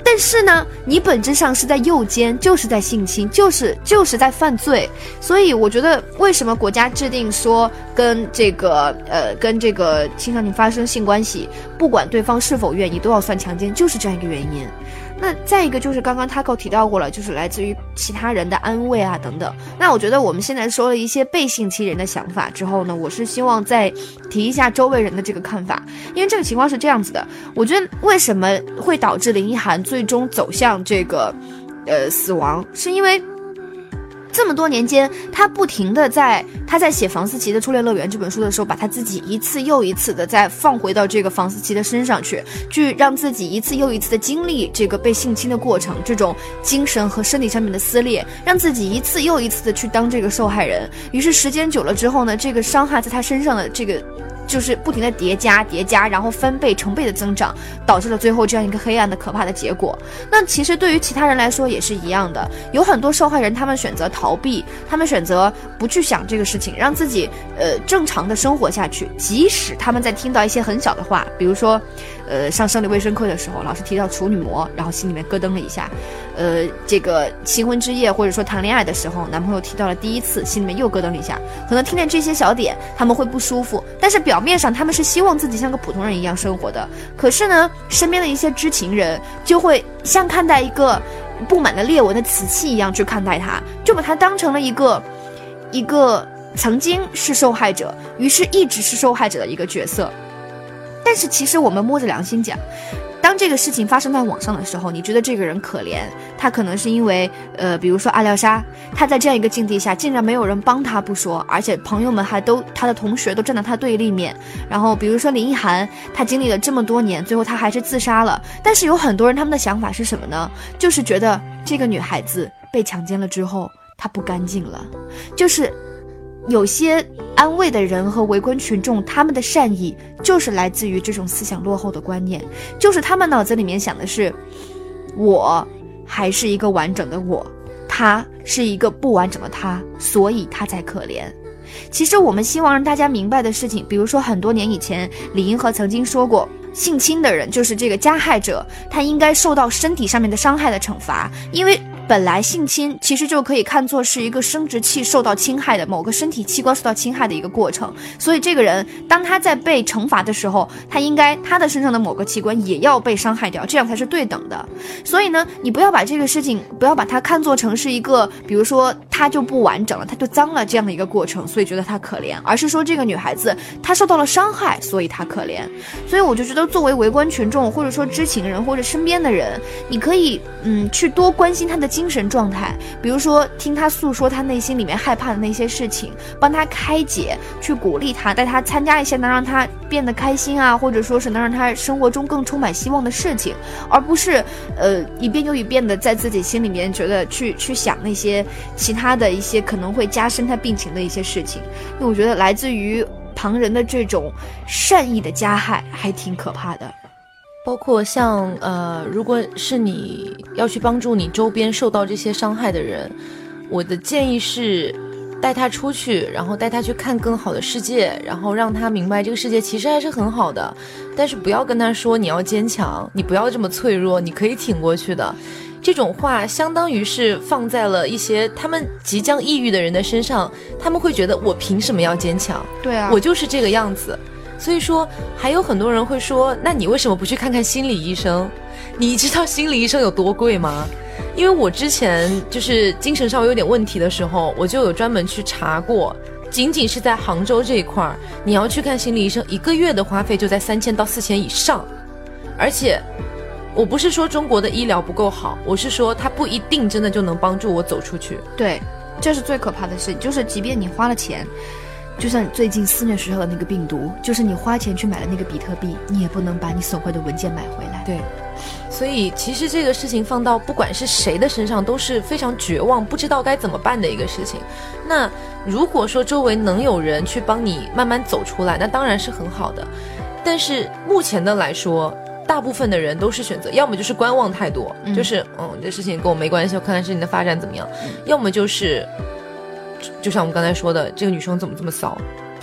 但是呢，你本质上是在诱奸，就是在性侵，就是就是在犯罪。所以我觉得，为什么国家制定说跟这个呃跟这个青少年发生性关系，不管对方是否愿意，都要算强奸，就是这样一个原因。那再一个就是刚刚 Taco 提到过了，就是来自于其他人的安慰啊等等。那我觉得我们现在说了一些被性侵人的想法之后呢，我是希望再提一下周围人的这个看法，因为这个情况是这样子的。我觉得为什么会导致林奕含最终走向这个呃死亡，是因为这么多年间，他不停的在他在写房思琪的初恋乐园这本书的时候，把他自己一次又一次的再放回到这个房思琪的身上去，去让自己一次又一次的经历这个被性侵的过程，这种精神和身体上面的撕裂，让自己一次又一次的去当这个受害人。于是时间久了之后呢，这个伤害在他身上的这个就是不停的叠加叠加，然后翻倍成倍的增长，导致了最后这样一个黑暗的可怕的结果。那其实对于其他人来说也是一样的，有很多受害人他们选择逃避，他们选择不去想这个事情，让自己呃正常的生活下去，即使他们在听到一些很小的话，比如说呃上生理卫生课的时候老师提到处女膜，然后心里面咯噔了一下，呃这个新婚之夜或者说谈恋爱的时候男朋友提到了第一次，心里面又咯噔了一下，可能听见这些小点他们会不舒服，但是表面上他们是希望自己像个普通人一样生活的，可是呢身边的一些知情人就会像看待一个布满了裂纹的瓷器一样去看待他，就把他当成了一个一个曾经是受害者，于是一直是受害者的一个角色。但是其实我们摸着良心讲，当这个事情发生在网上的时候，你觉得这个人可怜，他可能是因为呃，比如说阿廖沙，他在这样一个境地下竟然没有人帮他不说，而且朋友们还都他的同学都站在他对立面，然后比如说林奕含，他经历了这么多年，最后他还是自杀了。但是有很多人他们的想法是什么呢？就是觉得这个女孩子被强奸了之后她不干净了，就是有些安慰的人和围观群众，他们的善意就是来自于这种思想落后的观念，就是他们脑子里面想的是我还是一个完整的我，他是一个不完整的他，所以他才可怜。其实我们希望让大家明白的事情，比如说很多年以前李银河曾经说过，性侵的人就是这个加害者，他应该受到身体上面的伤害的惩罚，因为本来性侵其实就可以看作是一个生殖器受到侵害的，某个身体器官受到侵害的一个过程，所以这个人当他在被惩罚的时候，他应该他的身上的某个器官也要被伤害掉，这样才是对等的。所以呢，你不要把这个事情不要把它看作成是一个比如说他就不完整了，他就脏了这样的一个过程，所以觉得他可怜，而是说这个女孩子她受到了伤害，所以她可怜。所以我就觉得作为围观群众或者说知情人或者身边的人，你可以嗯去多关心她的精神状态，比如说听他诉说他内心里面害怕的那些事情，帮他开解，去鼓励他，带他参加一些能让他变得开心啊，或者说是能让他生活中更充满希望的事情，而不是呃一遍又一遍的在自己心里面觉得去去想那些其他的一些可能会加深他病情的一些事情。因为我觉得来自于旁人的这种善意的加害还挺可怕的。 包括像呃，如果是你要去帮助你周边受到这些伤害的人，我的建议是带他出去，然后带他去看更好的世界，然后让他明白这个世界其实还是很好的，但是不要跟他说你要坚强，你不要这么脆弱，你可以挺过去的。这种话相当于是放在了一些他们即将抑郁的人的身上，他们会觉得我凭什么要坚强？ 对啊， 我就是这个样子。所以说还有很多人会说，那你为什么不去看看心理医生？你知道心理医生有多贵吗？因为我之前就是精神稍微有点问题的时候，我就有专门去查过，仅仅是在杭州这一块，你要去看心理医生，一个月的花费就在三千到四千以上。而且我不是说中国的医疗不够好，我是说它不一定真的就能帮助我走出去。 对，这是最可怕的事情，就是即便你花了钱，就像最近肆虐学校的那个病毒，就是你花钱去买了那个比特币，你也不能把你损坏的文件买回来。 对，所以其实这个事情放到不管是谁的身上都是非常绝望，不知道该怎么办的一个事情。那如果说周围能有人去帮你慢慢走出来，那当然是很好的。但是目前的来说，大部分的人都是选择要么就是观望态度，嗯、就是嗯这事情跟我没关系，我看看事情的发展怎么样，嗯、要么就是就像我们刚才说的，这个女生怎么这么骚。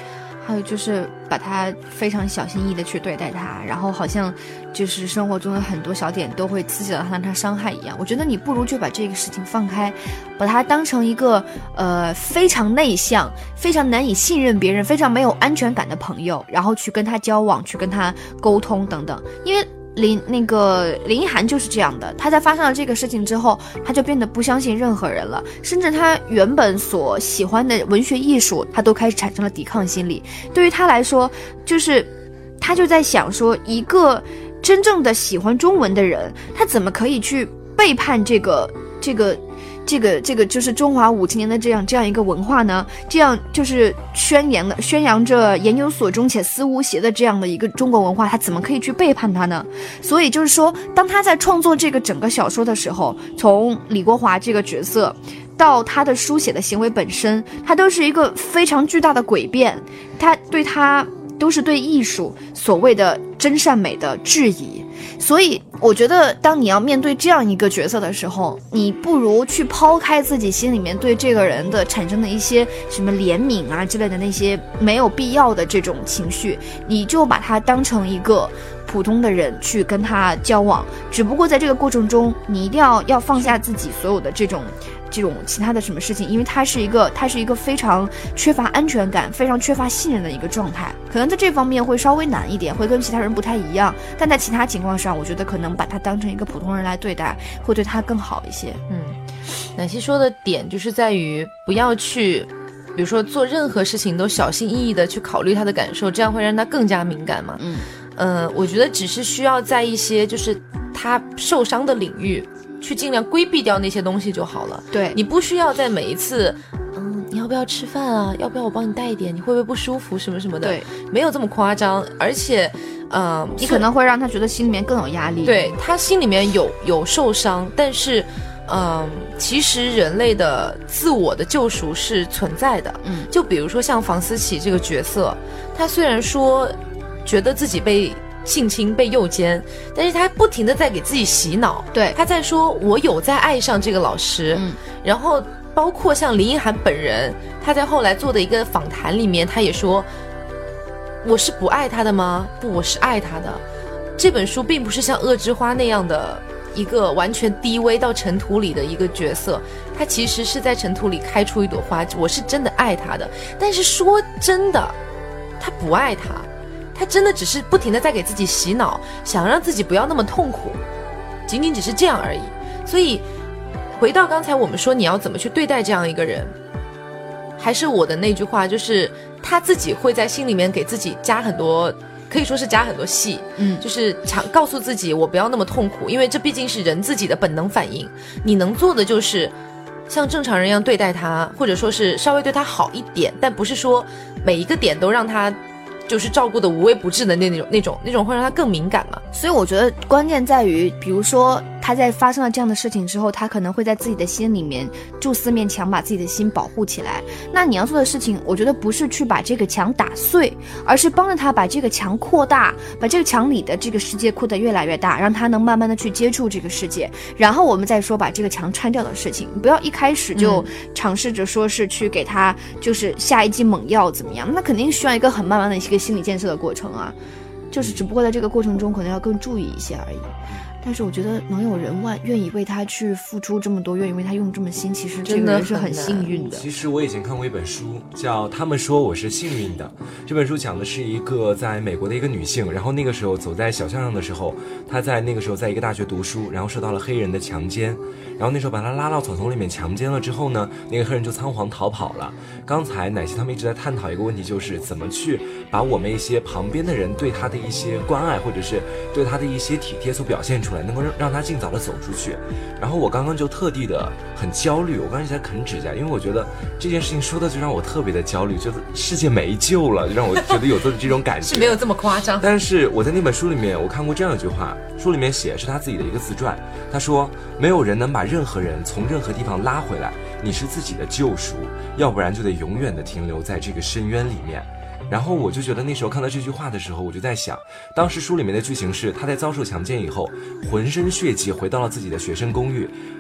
还有就是把他非常小心翼翼的去对待他，然后好像就是生活中的很多小点都会刺激到他，让他伤害一样。我觉得你不如就把这个事情放开，把他当成一个呃非常内向、非常难以信任别人、非常没有安全感的朋友，然后去跟他交往，去跟他沟通等等。因为林那个林一涵就是这样的，他在发生了这个事情之后，他就变得不相信任何人了，甚至他原本所喜欢的文学艺术，他都开始产生了抵抗心理。对于他来说，就是他就在想说，一个真正的喜欢中文的人，他怎么可以去背叛这个这个这个这个就是中华五千年的这样这样一个文化呢？这样就是宣扬了宣扬着言有所终且思无邪的这样的一个中国文化，他怎么可以去背叛它呢？所以就是说，当他在创作这个整个小说的时候，从李国华这个角色到他的书写的行为本身，他都是一个非常巨大的诡辩，他对他都是对艺术所谓的真善美的质疑。所以我觉得当你要面对这样一个角色的时候，你不如去抛开自己心里面对这个人的产生的一些什么怜悯啊之类的那些没有必要的这种情绪，你就把他当成一个普通的人去跟他交往。只不过在这个过程中，你一定要要放下自己所有的这种这种其他的什么事情，因为他是一个他是一个非常缺乏安全感、非常缺乏信任的一个状态，可能在这方面会稍微难一点，会跟其他人不太一样，但在其他情况上，我觉得可能把他当成一个普通人来对待，会对他更好一些。 嗯，奶昔说的点就是在于不要去，比如说做任何事情都小心翼翼的去考虑他的感受，这样会让他更加敏感嘛。嗯，呃，我觉得只是需要在一些就是他受伤的领域，去尽量规避掉那些东西就好了。 对， 你不需要在每一次，嗯，你要不要吃饭啊？要不要我帮你带一点？你会不会不舒服？什么什么的？ 对， 没有这么夸张，而且。嗯， 你可能会让他觉得心里面更有压力。 对，他心里面有有受伤，但是，嗯，其实人类的自我的救赎是存在的。嗯，就比如说像房思琪这个角色，他虽然说觉得自己被性侵、被诱奸，但是他不停的在给自己洗脑。 对， 他在说我有在爱上这个老师。嗯，然后包括像林一涵本人，他在后来做的一个访谈里面，他也说。我是不爱他的吗？不，我是爱他的。这本书并不是像恶之花那样的一个完全低微到尘土里的一个角色，他其实是在尘土里开出一朵花，我是真的爱他的。但是说真的，他不爱他，他真的只是不停的在给自己洗脑，想让自己不要那么痛苦，仅仅只是这样而已。所以回到刚才我们说你要怎么去对待这样一个人，还是我的那句话，就是他自己会在心里面给自己加很多，可以说是加很多戏，嗯，就是常告诉自己我不要那么痛苦，因为这毕竟是人自己的本能反应。你能做的就是像正常人一样对待他，或者说是稍微对他好一点，但不是说每一个点都让他就是照顾的无微不至的那种那种那种会让他更敏感嘛。 所以我觉得关键在于，比如说他在发生了这样的事情之后，他可能会在自己的心里面筑四面墙，把自己的心保护起来。那你要做的事情，我觉得不是去把这个墙打碎，而是帮着他把这个墙扩大，把这个墙里的这个世界扩得越来越大，让他能慢慢的去接触这个世界。然后我们再说把这个墙拆掉的事情，不要一开始就尝试着说是去给他就是下一剂猛药怎么样，那肯定需要一个很慢慢的一个心理建设的过程啊，就是只不过在这个过程中可能要更注意一些而已。但是我觉得能有人万愿意为他去付出这么多，愿意为他用这么心，其实这个人是很幸运的。 其实我以前看过一本书叫《他们说我是幸运的》，这本书讲的是一个在美国的一个女性，然后那个时候走在小巷上的时候，她在那个时候在一个大学读书，然后受到了黑人的强奸，然后那时候把她拉到草丛里面强奸了之后呢，那个黑人就仓皇逃跑了。刚才奶昔他们一直在探讨一个问题，就是怎么去把我们一些旁边的人对他的一些关爱，或者是对他的一些体贴所表现出来，能够让他尽早的走出去。然后我刚刚就特地的很焦虑，我刚才在啃指甲，因为我觉得这件事情说的就让我特别的焦虑，觉得世界没救了，就让我觉得有这种感觉。 是没有这么夸张， 但是我在那本书里面我看过这样一句话，书里面写是他自己的一个自传，他说没有人能把任何人从任何地方拉回来，你是自己的救赎，要不然就得永远的停留在这个深渊里面。然后我就觉得那时候看到这句话的时候，我就在想，当时书里面的剧情是他在遭受强奸以后，浑身血迹回到了自己的学生公寓，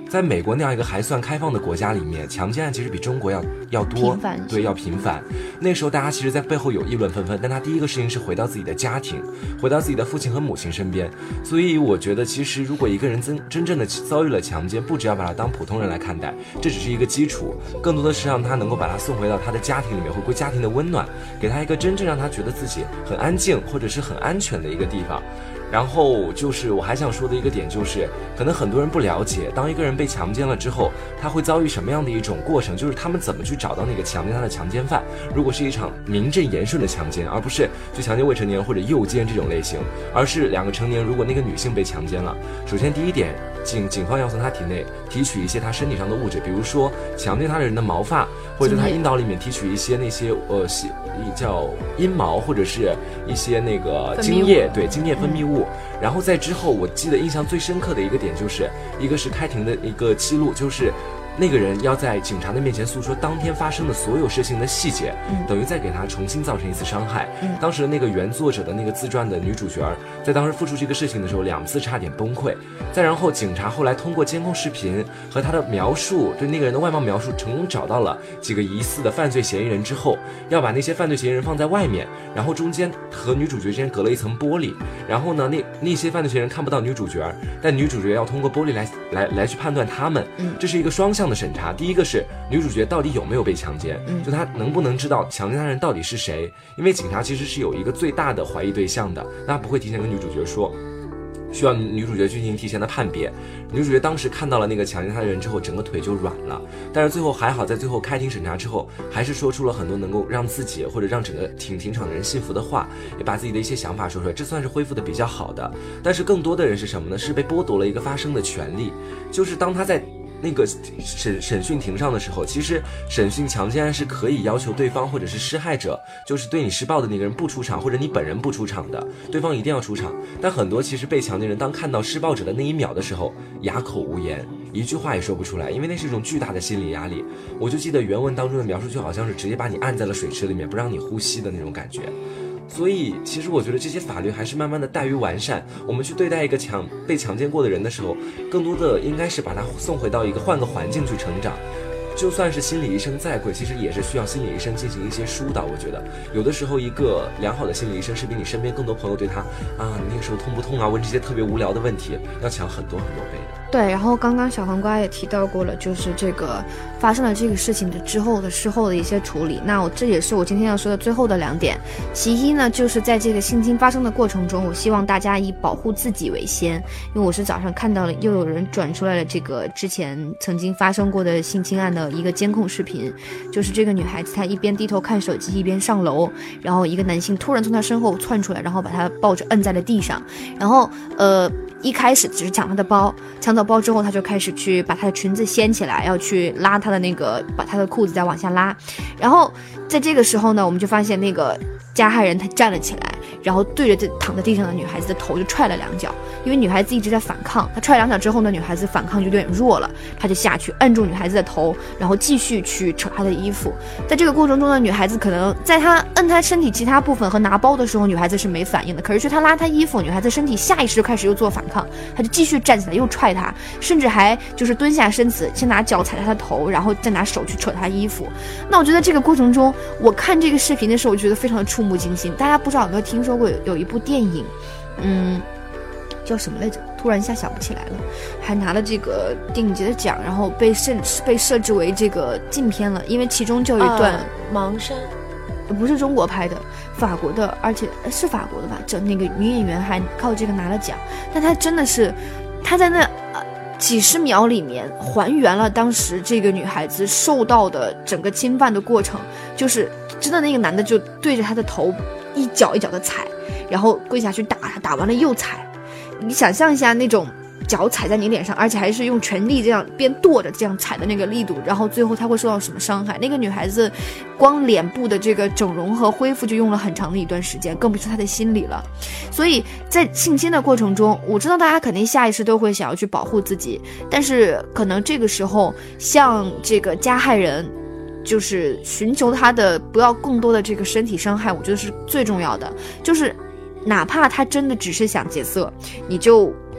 在美国那样一个还算开放的国家里面，强奸案其实比中国要要多， 频繁， 对，要频繁。那时候大家其实在背后有议论纷纷，但他第一个事情是回到自己的家庭，回到自己的父亲和母亲身边。所以我觉得，其实如果一个人真真正的遭遇了强奸，不只要把他当普通人来看待，这只是一个基础，更多的是让他能够把他送回到他的家庭里面，回归家庭的温暖，给他一个真正让他觉得自己很安静或者是很安全的一个地方。然后就是我还想说的一个点就是，可能很多人不了解，当一个人被强奸了之后，他会遭遇什么样的一种过程，就是他们怎么去找到那个强奸他的强奸犯。如果是一场名正言顺的强奸，而不是去强奸未成年人或者诱奸这种类型，而是两个成年，如果那个女性被强奸了，首先第一点，警警方要从她体内提取一些她身体上的物质，比如说强奸她的人的毛发，或者她阴道里面提取一些那些呃叫阴毛，或者是一些那个精液，对，精液分泌物。然后在之后，我记得印象最深刻的一个点就是，一个是开庭的一个记录，就是那个人要在警察的面前诉说当天发生的所有事情的细节，嗯、等于再给他重新造成一次伤害。嗯、当时的那个原作者的那个自传的女主角，在当时复述这个事情的时候，两次差点崩溃。再然后，警察后来通过监控视频和他的描述，对那个人的外貌描述，成功找到了几个疑似的犯罪嫌疑人之后，要把那些犯罪嫌疑人放在外面，然后中间和女主角之间隔了一层玻璃，然后呢，那那些犯罪嫌疑人看不到女主角，但女主角要通过玻璃来来来去判断他们。嗯，这是一个双向的审查。第一个是女主角到底有没有被强奸，就她能不能知道强奸她人到底是谁，因为警察其实是有一个最大的怀疑对象的，那不会提前跟女主角说，需要女主角进行提前的判别。女主角当时看到了那个强奸她的人之后，整个腿就软了，但是最后还好，在最后开庭审查之后，还是说出了很多能够让自己或者让整个庭庭场的人信服的话，也把自己的一些想法说出来，这算是恢复的比较好的。但是更多的人是什么呢？是被剥夺了一个发声的权利，就是当他在那个审审讯庭上的时候，其实审讯强奸案是可以要求对方或者是施害者，就是对你施暴的那个人不出场，或者你本人不出场的，对方一定要出场。但很多其实被强奸人当看到施暴者的那一秒的时候，哑口无言，一句话也说不出来，因为那是一种巨大的心理压力。我就记得原文当中的描述就好像是直接把你按在了水池里面，不让你呼吸的那种感觉。所以其实我觉得这些法律还是慢慢的待于完善，我们去对待一个强被强奸过的人的时候，更多的应该是把他送回到一个换个环境去成长。就算是心理医生再贵，其实也是需要心理医生进行一些疏导。我觉得有的时候一个良好的心理医生是比你身边更多朋友对他啊，你那个时候痛不痛啊，问这些特别无聊的问题要强很多很多倍的。 对，然后刚刚小黄瓜也提到过了，就是这个发生了这个事情的之后的事后的一些处理。那我这也是我今天要说的最后的两点。其一呢，就是在这个性侵发生的过程中，我希望大家以保护自己为先，因为我是早上看到了又有人转出来了这个之前曾经发生过的性侵案的一个监控视频，就是这个女孩子她一边低头看手机一边上楼，然后一个男性突然从她身后窜出来，然后把她抱着摁在了地上，然后呃一开始只是抢她的包，抢到包之后，他就开始去把她的裙子掀起来，要去拉她的那个，把她的裤子再往下拉。然后在这个时候呢，我们就发现那个加害人他站了起来，然后对着这躺在地上的女孩子的头就踹了两脚，因为女孩子一直在反抗，他踹两脚之后呢，女孩子反抗就有点弱了，他就下去摁住女孩子的头，然后继续去扯她的衣服。在这个过程中呢，女孩子可能在他摁她身体其他部分和拿包的时候，女孩子是没反应的，可是去他拉她衣服，女孩子身体下意识就开始又做反抗，他就继续站起来又踹她，甚至还就是蹲下身子，先拿脚踩她的头，然后再拿手去扯她衣服。那我觉得这个过程中，我看这个视频的时候，我觉得非常的触目惊心。大家不知道有没有听说过有有一部电影，嗯，叫什么来着？突然一下想不起来了，还拿了这个电影节的奖，然后被设被设置为这个禁片了，因为其中就有一段、 啊、盲山。 不是中国拍的，法国的，而且是法国的吧？这那个女演员还靠这个拿了奖，但她真的是，她在那、呃、几十秒里面还原了当时这个女孩子受到的整个侵犯的过程，就是真的那个男的就对着她的头一脚一脚的踩，然后跪下去打她，打完了又踩，你想象一下那种脚踩在你脸上，而且还是用全力这样边跺着这样踩的那个力度，然后最后她会受到什么伤害？那个女孩子光脸部的这个整容和恢复就用了很长的一段时间，更别说她的心理了。所以在性侵的过程中，我知道大家肯定下意识都会想要去保护自己，但是可能这个时候像这个加害人就是寻求他的不要更多的这个身体伤害，我觉得是最重要的。就是哪怕他真的只是想劫色，你就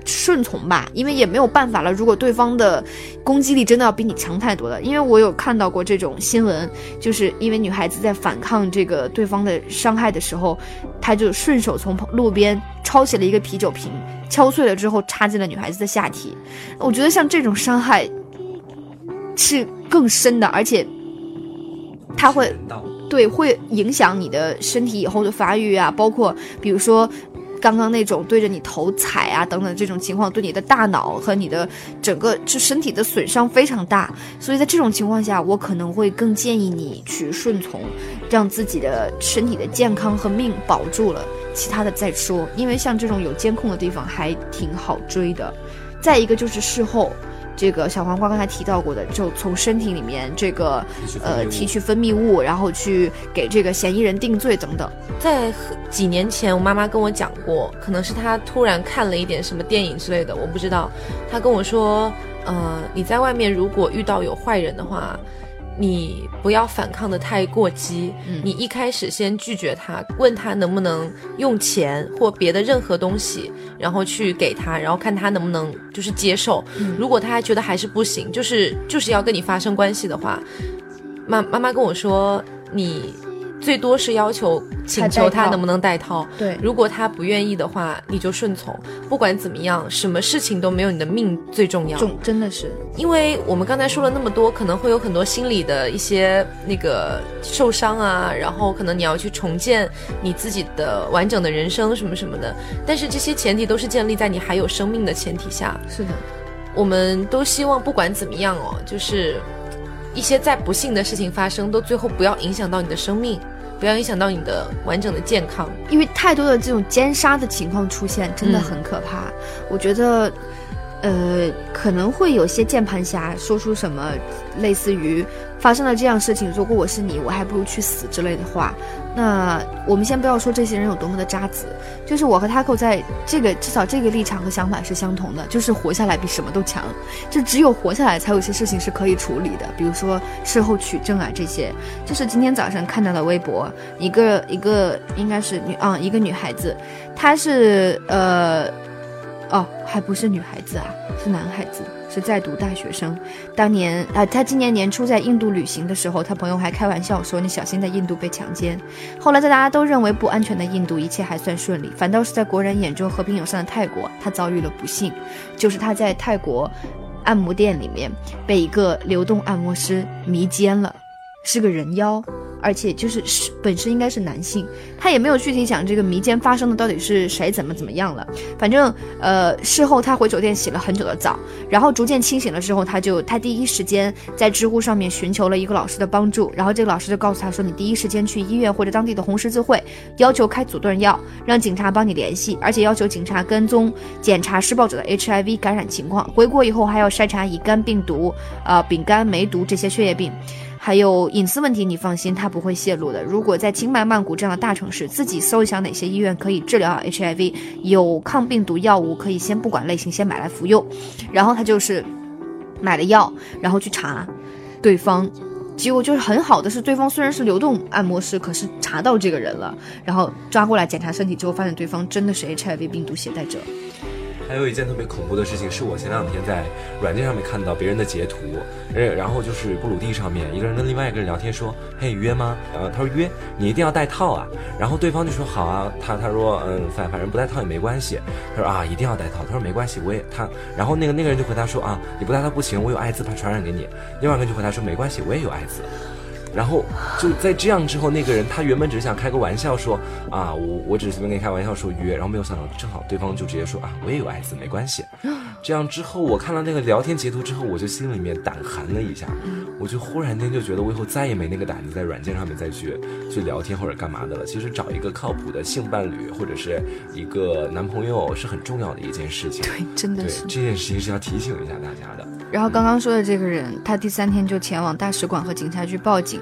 顺从吧，因为也没有办法了，如果对方的攻击力真的要比你强太多了。因为我有看到过这种新闻，就是因为女孩子在反抗这个对方的伤害的时候，她就顺手从路边抄起了一个啤酒瓶，敲碎了之后插进了女孩子的下体。我觉得像这种伤害是更深的，而且它会对会影响你的身体以后的发育啊，包括比如说刚刚那种对着你头踩啊等等这种情况，对你的大脑和你的整个就身体的损伤非常大。所以在这种情况下，我可能会更建议你去顺从，让自己的身体的健康和命保住了，其他的再说。因为像这种有监控的地方还挺好追的。再一个就是事后，这个小黄瓜刚才提到过的，就从身体里面这个呃提取分泌物，然后去给这个嫌疑人定罪等等。 在几年前，我妈妈跟我讲过，可能是她突然看了一点什么电影之类的，我不知道。她跟我说，呃，你在外面如果遇到有坏人的话，你不要反抗的太过激、嗯、你一开始先拒绝他，问他能不能用钱或别的任何东西，然后去给他，然后看他能不能就是接受、嗯、如果他还觉得还是不行，就是就是要跟你发生关系的话，妈妈妈跟我说，你最多是要求请求他能不能戴套， 对， 如果他不愿意的话，你就顺从。不管怎么样，什么事情都没有你的命最重要。 重真的是， 因为我们刚才说了那么多，可能会有很多心理的一些那个受伤啊，然后可能你要去重建你自己的完整的人生什么什么的。但是这些前提都是建立在你还有生命的前提下。 是的， 我们都希望不管怎么样哦，就是一些再不幸的事情发生，都最后不要影响到你的生命，不要影响到你的完整的健康。 因为太多的这种奸杀的情况出现，真的很可怕、嗯、我觉得呃，可能会有些键盘侠说出什么类似于发生了这样事情，如果我是你，我还不如去死之类的话。那我们先不要说这些人有多么的渣子，就是我和 Taco 在这个至少这个立场和想法是相同的，就是活下来比什么都强，就只有活下来才有些事情是可以处理的，比如说事后取证啊这些。就是今天早上看到的微博，一个一个应该是女啊、嗯、一个女孩子，她是呃哦还不是女孩子啊，是男孩子，是在读大学生。当年啊、呃，他今年年初在印度旅行的时候，他朋友还开玩笑说你小心在印度被强奸。后来在大家都认为不安全的印度，一切还算顺利，反倒是在国人眼中和平友善的泰国，他遭遇了不幸，就是他在泰国按摩店里面被一个流动按摩师迷奸了，是个人妖，而且就是本身应该是男性，他也没有具体讲这个迷奸发生的到底是谁怎么怎么样了。反正呃，事后他回酒店洗了很久的澡，然后逐渐清醒了之后，他就他第一时间在知乎上面寻求了一个老师的帮助，然后这个老师就告诉他说，你第一时间去医院或者当地的红十字会，要求开阻断药，让警察帮你联系，而且要求警察跟踪检查施暴者的 H I V 感染情况，回国以后还要筛查乙肝病毒、呃丙肝、梅毒这些血液病。还有隐私问题你放心，他不会泄露的。如果在清迈、曼谷这样的大城市，自己搜一下哪些医院可以治疗 H I V， 有抗病毒药物，可以先不管类型先买来服用。然后他就是买了药，然后去查对方，结果就是很好的是，对方虽然是流动按摩师，可是查到这个人了，然后抓过来检查身体之后，发现对方真的是 H I V 病毒携带者。 还有一件特别恐怖的事情，是我前两天在软件上面看到别人的截图，然后就是布鲁地上面一个人跟另外一个人聊天说，嘿，约吗？呃，他说约，你一定要戴套啊。然后对方就说好啊，他他说嗯，反反正不戴套也没关系。他说啊，一定要戴套。他说没关系，我也他。然后那个那个人就回答说啊，你不戴套不行，我有艾滋，怕传染给你。另外一个人就回答说没关系，我也有艾滋。然后就在这样之后，那个人他原本只是想开个玩笑说啊，我我只是随便跟你开玩笑说约，然后没有想到正好对方就直接说啊，我也有艾滋，没关系。这样之后，我看到那个聊天截图之后，我就心里面胆寒了一下，我就忽然间就觉得我以后再也没那个胆子在软件上面再去去聊天或者干嘛的了。其实找一个靠谱的性伴侣或者是一个男朋友是很重要的一件事情。 对，真的是。 对，这件事情是要提醒一下大家的。 然后刚刚说的这个人，他第三天就前往大使馆和警察局报警，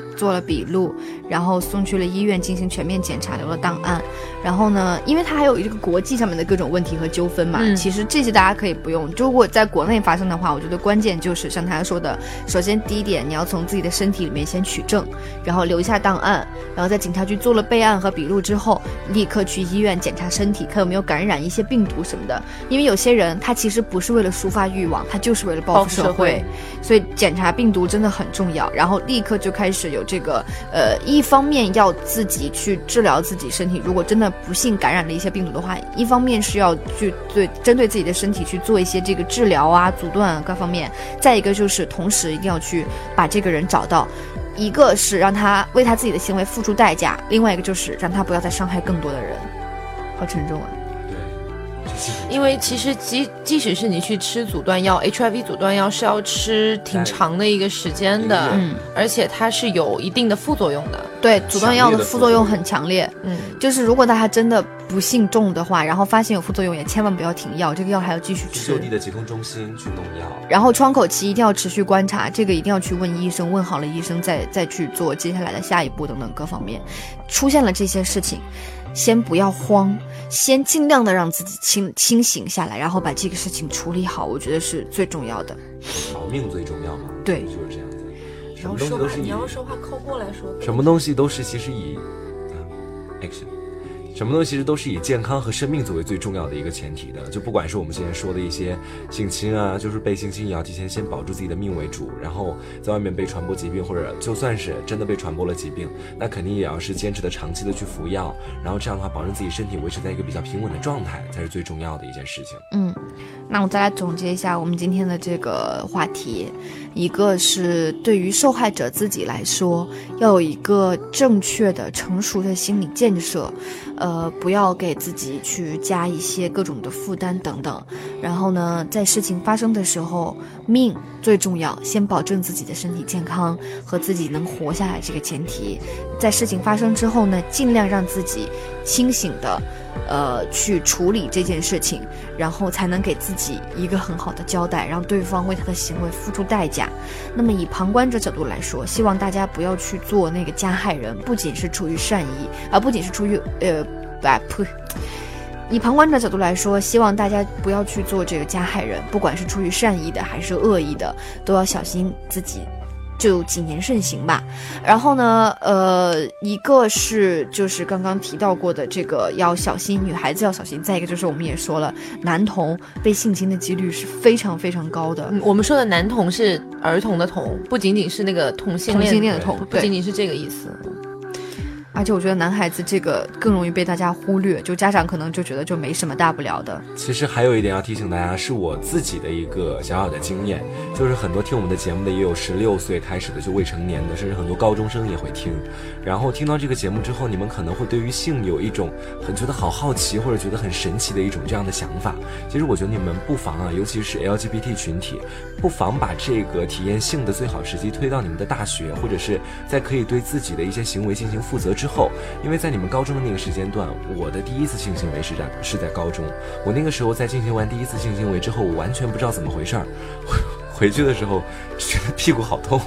做了笔录，然后送去了医院进行全面检查，留了档案。然后呢，因为它还有这个国际上面的各种问题和纠纷嘛， 嗯、 其实这些大家可以不用。如果在国内发生的话，我觉得关键就是像他说的，首先第一点，你要从自己的身体里面先取证，然后留下档案，然后在警察局做了备案和笔录之后，立刻去医院检查身体，看有没有感染一些病毒什么的。因为有些人他其实不是为了抒发欲望，他就是为了报复社会， 报复社会， 所以检查病毒真的很重要。然后立刻就开始有这个呃，一方面要自己去治疗自己身体，如果真的不幸感染了一些病毒的话，一方面是要去对针对自己的身体去做一些这个治疗啊、阻断啊各方面，再一个就是同时一定要去把这个人找到，一个是让他为他自己的行为付出代价，另外一个就是让他不要再伤害更多的人。好沉重啊。 因为其实即即使是你去吃阻断药 H I V 阻断药是要吃挺长的一个时间的， 嗯， 而且它是有一定的副作用的。 对，阻断药的副作用很强烈， 嗯， 就是如果大家真的不幸中的话，然后发现有副作用，也千万不要停药，这个药还要继续吃。 就地的疾控中心去弄药， 然后窗口期一定要持续观察，这个一定要去问医生，问好了医生再再去做接下来的下一步等等各方面。出现了这些事情，先不要慌，先尽量的让自己清清醒下来，然后把这个事情处理好，我觉得是最重要的。 保命最重要嘛？ 对， 就是这样子。 你要说话，你要说话靠过来说。 什么东西都是其实以、啊、action。什么东西其实都是以健康和生命作为最重要的一个前提的，就不管是我们之前说的一些性侵啊，就是被性侵也要提前先保住自己的命为主，然后在外面被传播疾病，或者就算是真的被传播了疾病，那肯定也要是坚持的长期的去服药，然后这样的话保证自己身体维持在一个比较平稳的状态，才是最重要的一件事情。 嗯，那我再来总结一下我们今天的这个话题，一个是对于受害者自己来说，要有一个正确的成熟的心理建设，呃，不要给自己去加一些各种的负担等等。然后呢，在事情发生的时候，命最重要，先保证自己的身体健康和自己能活下来这个前提。在事情发生之后呢，尽量让自己清醒的呃，去处理这件事情，然后才能给自己一个很好的交代，让对方为他的行为付出代价。那么以旁观者角度来说，希望大家不要去做那个加害人，不仅是出于善意，而、呃、不仅是出于呃，不，以旁观者角度来说，希望大家不要去做这个加害人，不管是出于善意的还是恶意的，都要小心自己。就谨言慎行吧。然后呢，呃，一个是就是刚刚提到过的这个要小心，女孩子要小心。再一个就是我们也说了，男童被性侵的几率是非常非常高的。 嗯、我们说的男童是儿童的童，不仅仅是那个同性恋同性恋的童， 不仅仅是这个意思。 而且我觉得男孩子这个更容易被大家忽略，就家长可能就觉得就没什么大不了的。 其实还有一点要提醒大家，是我自己的一个小小的经验，就是很多听我们的节目的也有十六岁开始的就未成年的，甚至很多高中生也会听。然后听到这个节目之后，你们可能会对于性有一种很觉得好好奇或者觉得很神奇的一种这样的想法。其实我觉得你们不妨啊，尤其是 L G B T 群体，不妨把这个体验性的最好时机推到你们的大学，或者是在可以对自己的一些行为进行负责之后。因为在你们高中的那个时间段，我的第一次性行为是在是在高中。我那个时候在进行完第一次性行为之后，我完全不知道怎么回事儿，回去的时候觉得屁股好痛。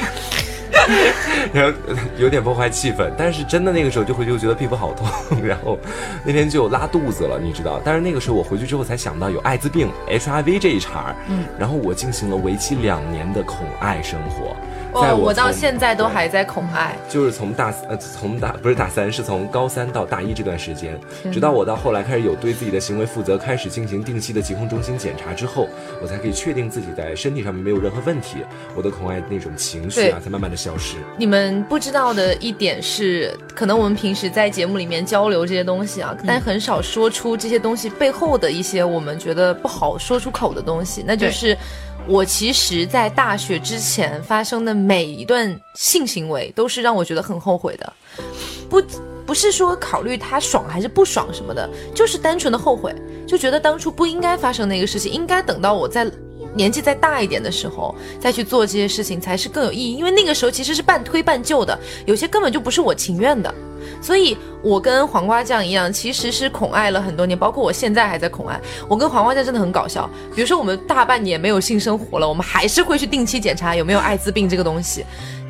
然后有点破坏气氛，但是真的那个时候就回去就觉得屁股好痛，然后那天就拉肚子了，你知道。但是那个时候我回去之后才想到有艾滋病 H I V 这一茬，嗯，然后我进行了为期两年的恐爱生活。在我, 我到现在都还在恐爱， 就是从大呃从大不是大三，是从高三到大一这段时间，直到我到后来开始有对自己的行为负责，开始进行定期的疾控中心检查之后，我才可以确定自己在身体上面没有任何问题，我的恐爱那种情绪啊才慢慢的消失。 你们不知道的一点是，可能我们平时在节目里面交流这些东西啊，但很少说出这些东西背后的一些我们觉得不好说出口的东西，那就是我其实在大学之前发生的每一段性行为都是让我觉得很后悔的，不不是说考虑他爽还是不爽什么的，就是单纯的后悔，就觉得当初不应该发生那个事情，应该等到我在年纪再大一点的时候再去做这些事情才是更有意义，因为那个时候其实是半推半就的，有些根本就不是我情愿的。所以我跟黄瓜酱一样，其实是恐爱了很多年，包括我现在还在恐爱。我跟黄瓜酱真的很搞笑，比如说我们大半年没有性生活了，我们还是会去定期检查有没有艾滋病这个东西。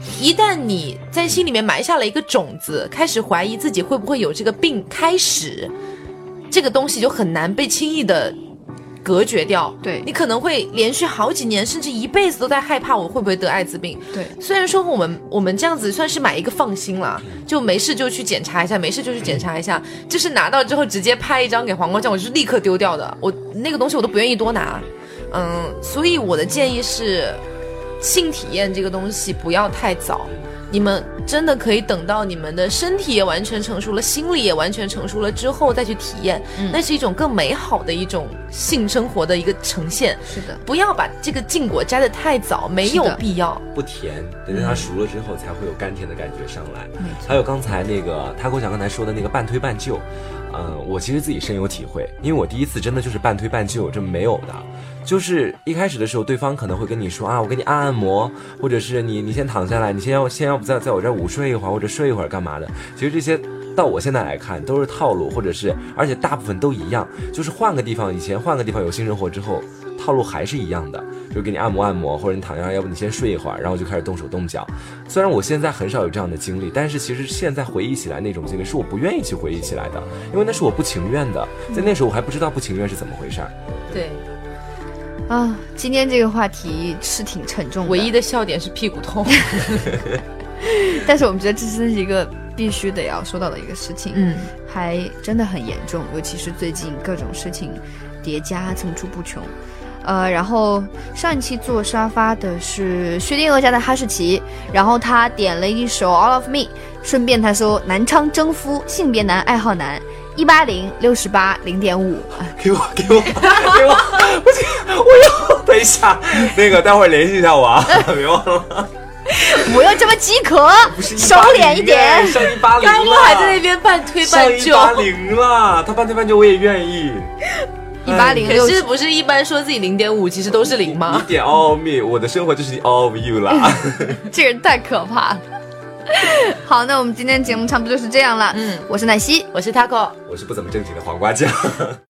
一旦你在心里面埋下了一个种子，开始怀疑自己会不会有这个病，开始这个东西就很难被轻易的隔绝掉。 对， 你可能会连续好几年甚至一辈子都在害怕我会不会得艾滋病。 对， 虽然说我们我们这样子算是买一个放心了，就没事就去检查一下，没事就去检查一下，就是拿到之后直接拍一张给黄瓜酱，我就是立刻丢掉的，我那个东西我都不愿意多拿。嗯，所以我的建议是性体验这个东西不要太早，你们真的可以等到你们的身体也完全成熟了，心理也完全成熟了之后再去体验，嗯，那是一种更美好的一种性生活的一个呈现。 是的， 不要把这个禁果摘得太早，没有必要。 不甜，等到它熟了之后才会有甘甜的感觉上来。嗯，还有刚才那个他给我讲刚才说的那个半推半就，嗯，我其实自己深有体会，因为我第一次真的就是半推半就，这没有的。就是一开始的时候，对方可能会跟你说啊，我给你按按摩，或者是你你先躺下来，你先要先要不在在我这儿午睡一会儿，或者睡一会儿干嘛的。其实这些到我现在来看都是套路，或者是而且大部分都一样，就是换个地方，以前换个地方有性生活之后，套路还是一样的，就给你按摩按摩，或者你躺下，要不你先睡一会儿，然后就开始动手动脚。虽然我现在很少有这样的经历，但是其实现在回忆起来那种经历是我不愿意去回忆起来的，因为那是我不情愿的，在那时候我还不知道不情愿是怎么回事。 对。 啊，今天这个话题是挺沉重的， 唯一的笑点是屁股痛。 但是我们觉得这是一个必须得要说到的一个事情， 嗯， 还真的很严重，尤其是最近各种事情叠加层出不穷。呃，然后上一期坐沙发的是薛定谔家的哈士奇，然后他点了一首 All of Me， 顺便他说男娼征夫，性别男，爱好男，一八零六十八零点五， 给我给我给我，不行，我要等一下，那个待会儿联系一下我啊，别忘了。 不要这么饥渴，收敛一点。 上一八零了， 刚刚还在那边半推半就。 上一八零了，他半推半就我也愿意。 一八零， 可是不是一般说自己零点五，其实都是零吗？ 一点 all of me， 我的生活就是 all of you 啦。 这人太可怕了。好，那我们今天节目差不多就是这样了。嗯，我是奶昔， 我是 Taco， 我是不怎么正经的黄瓜酱。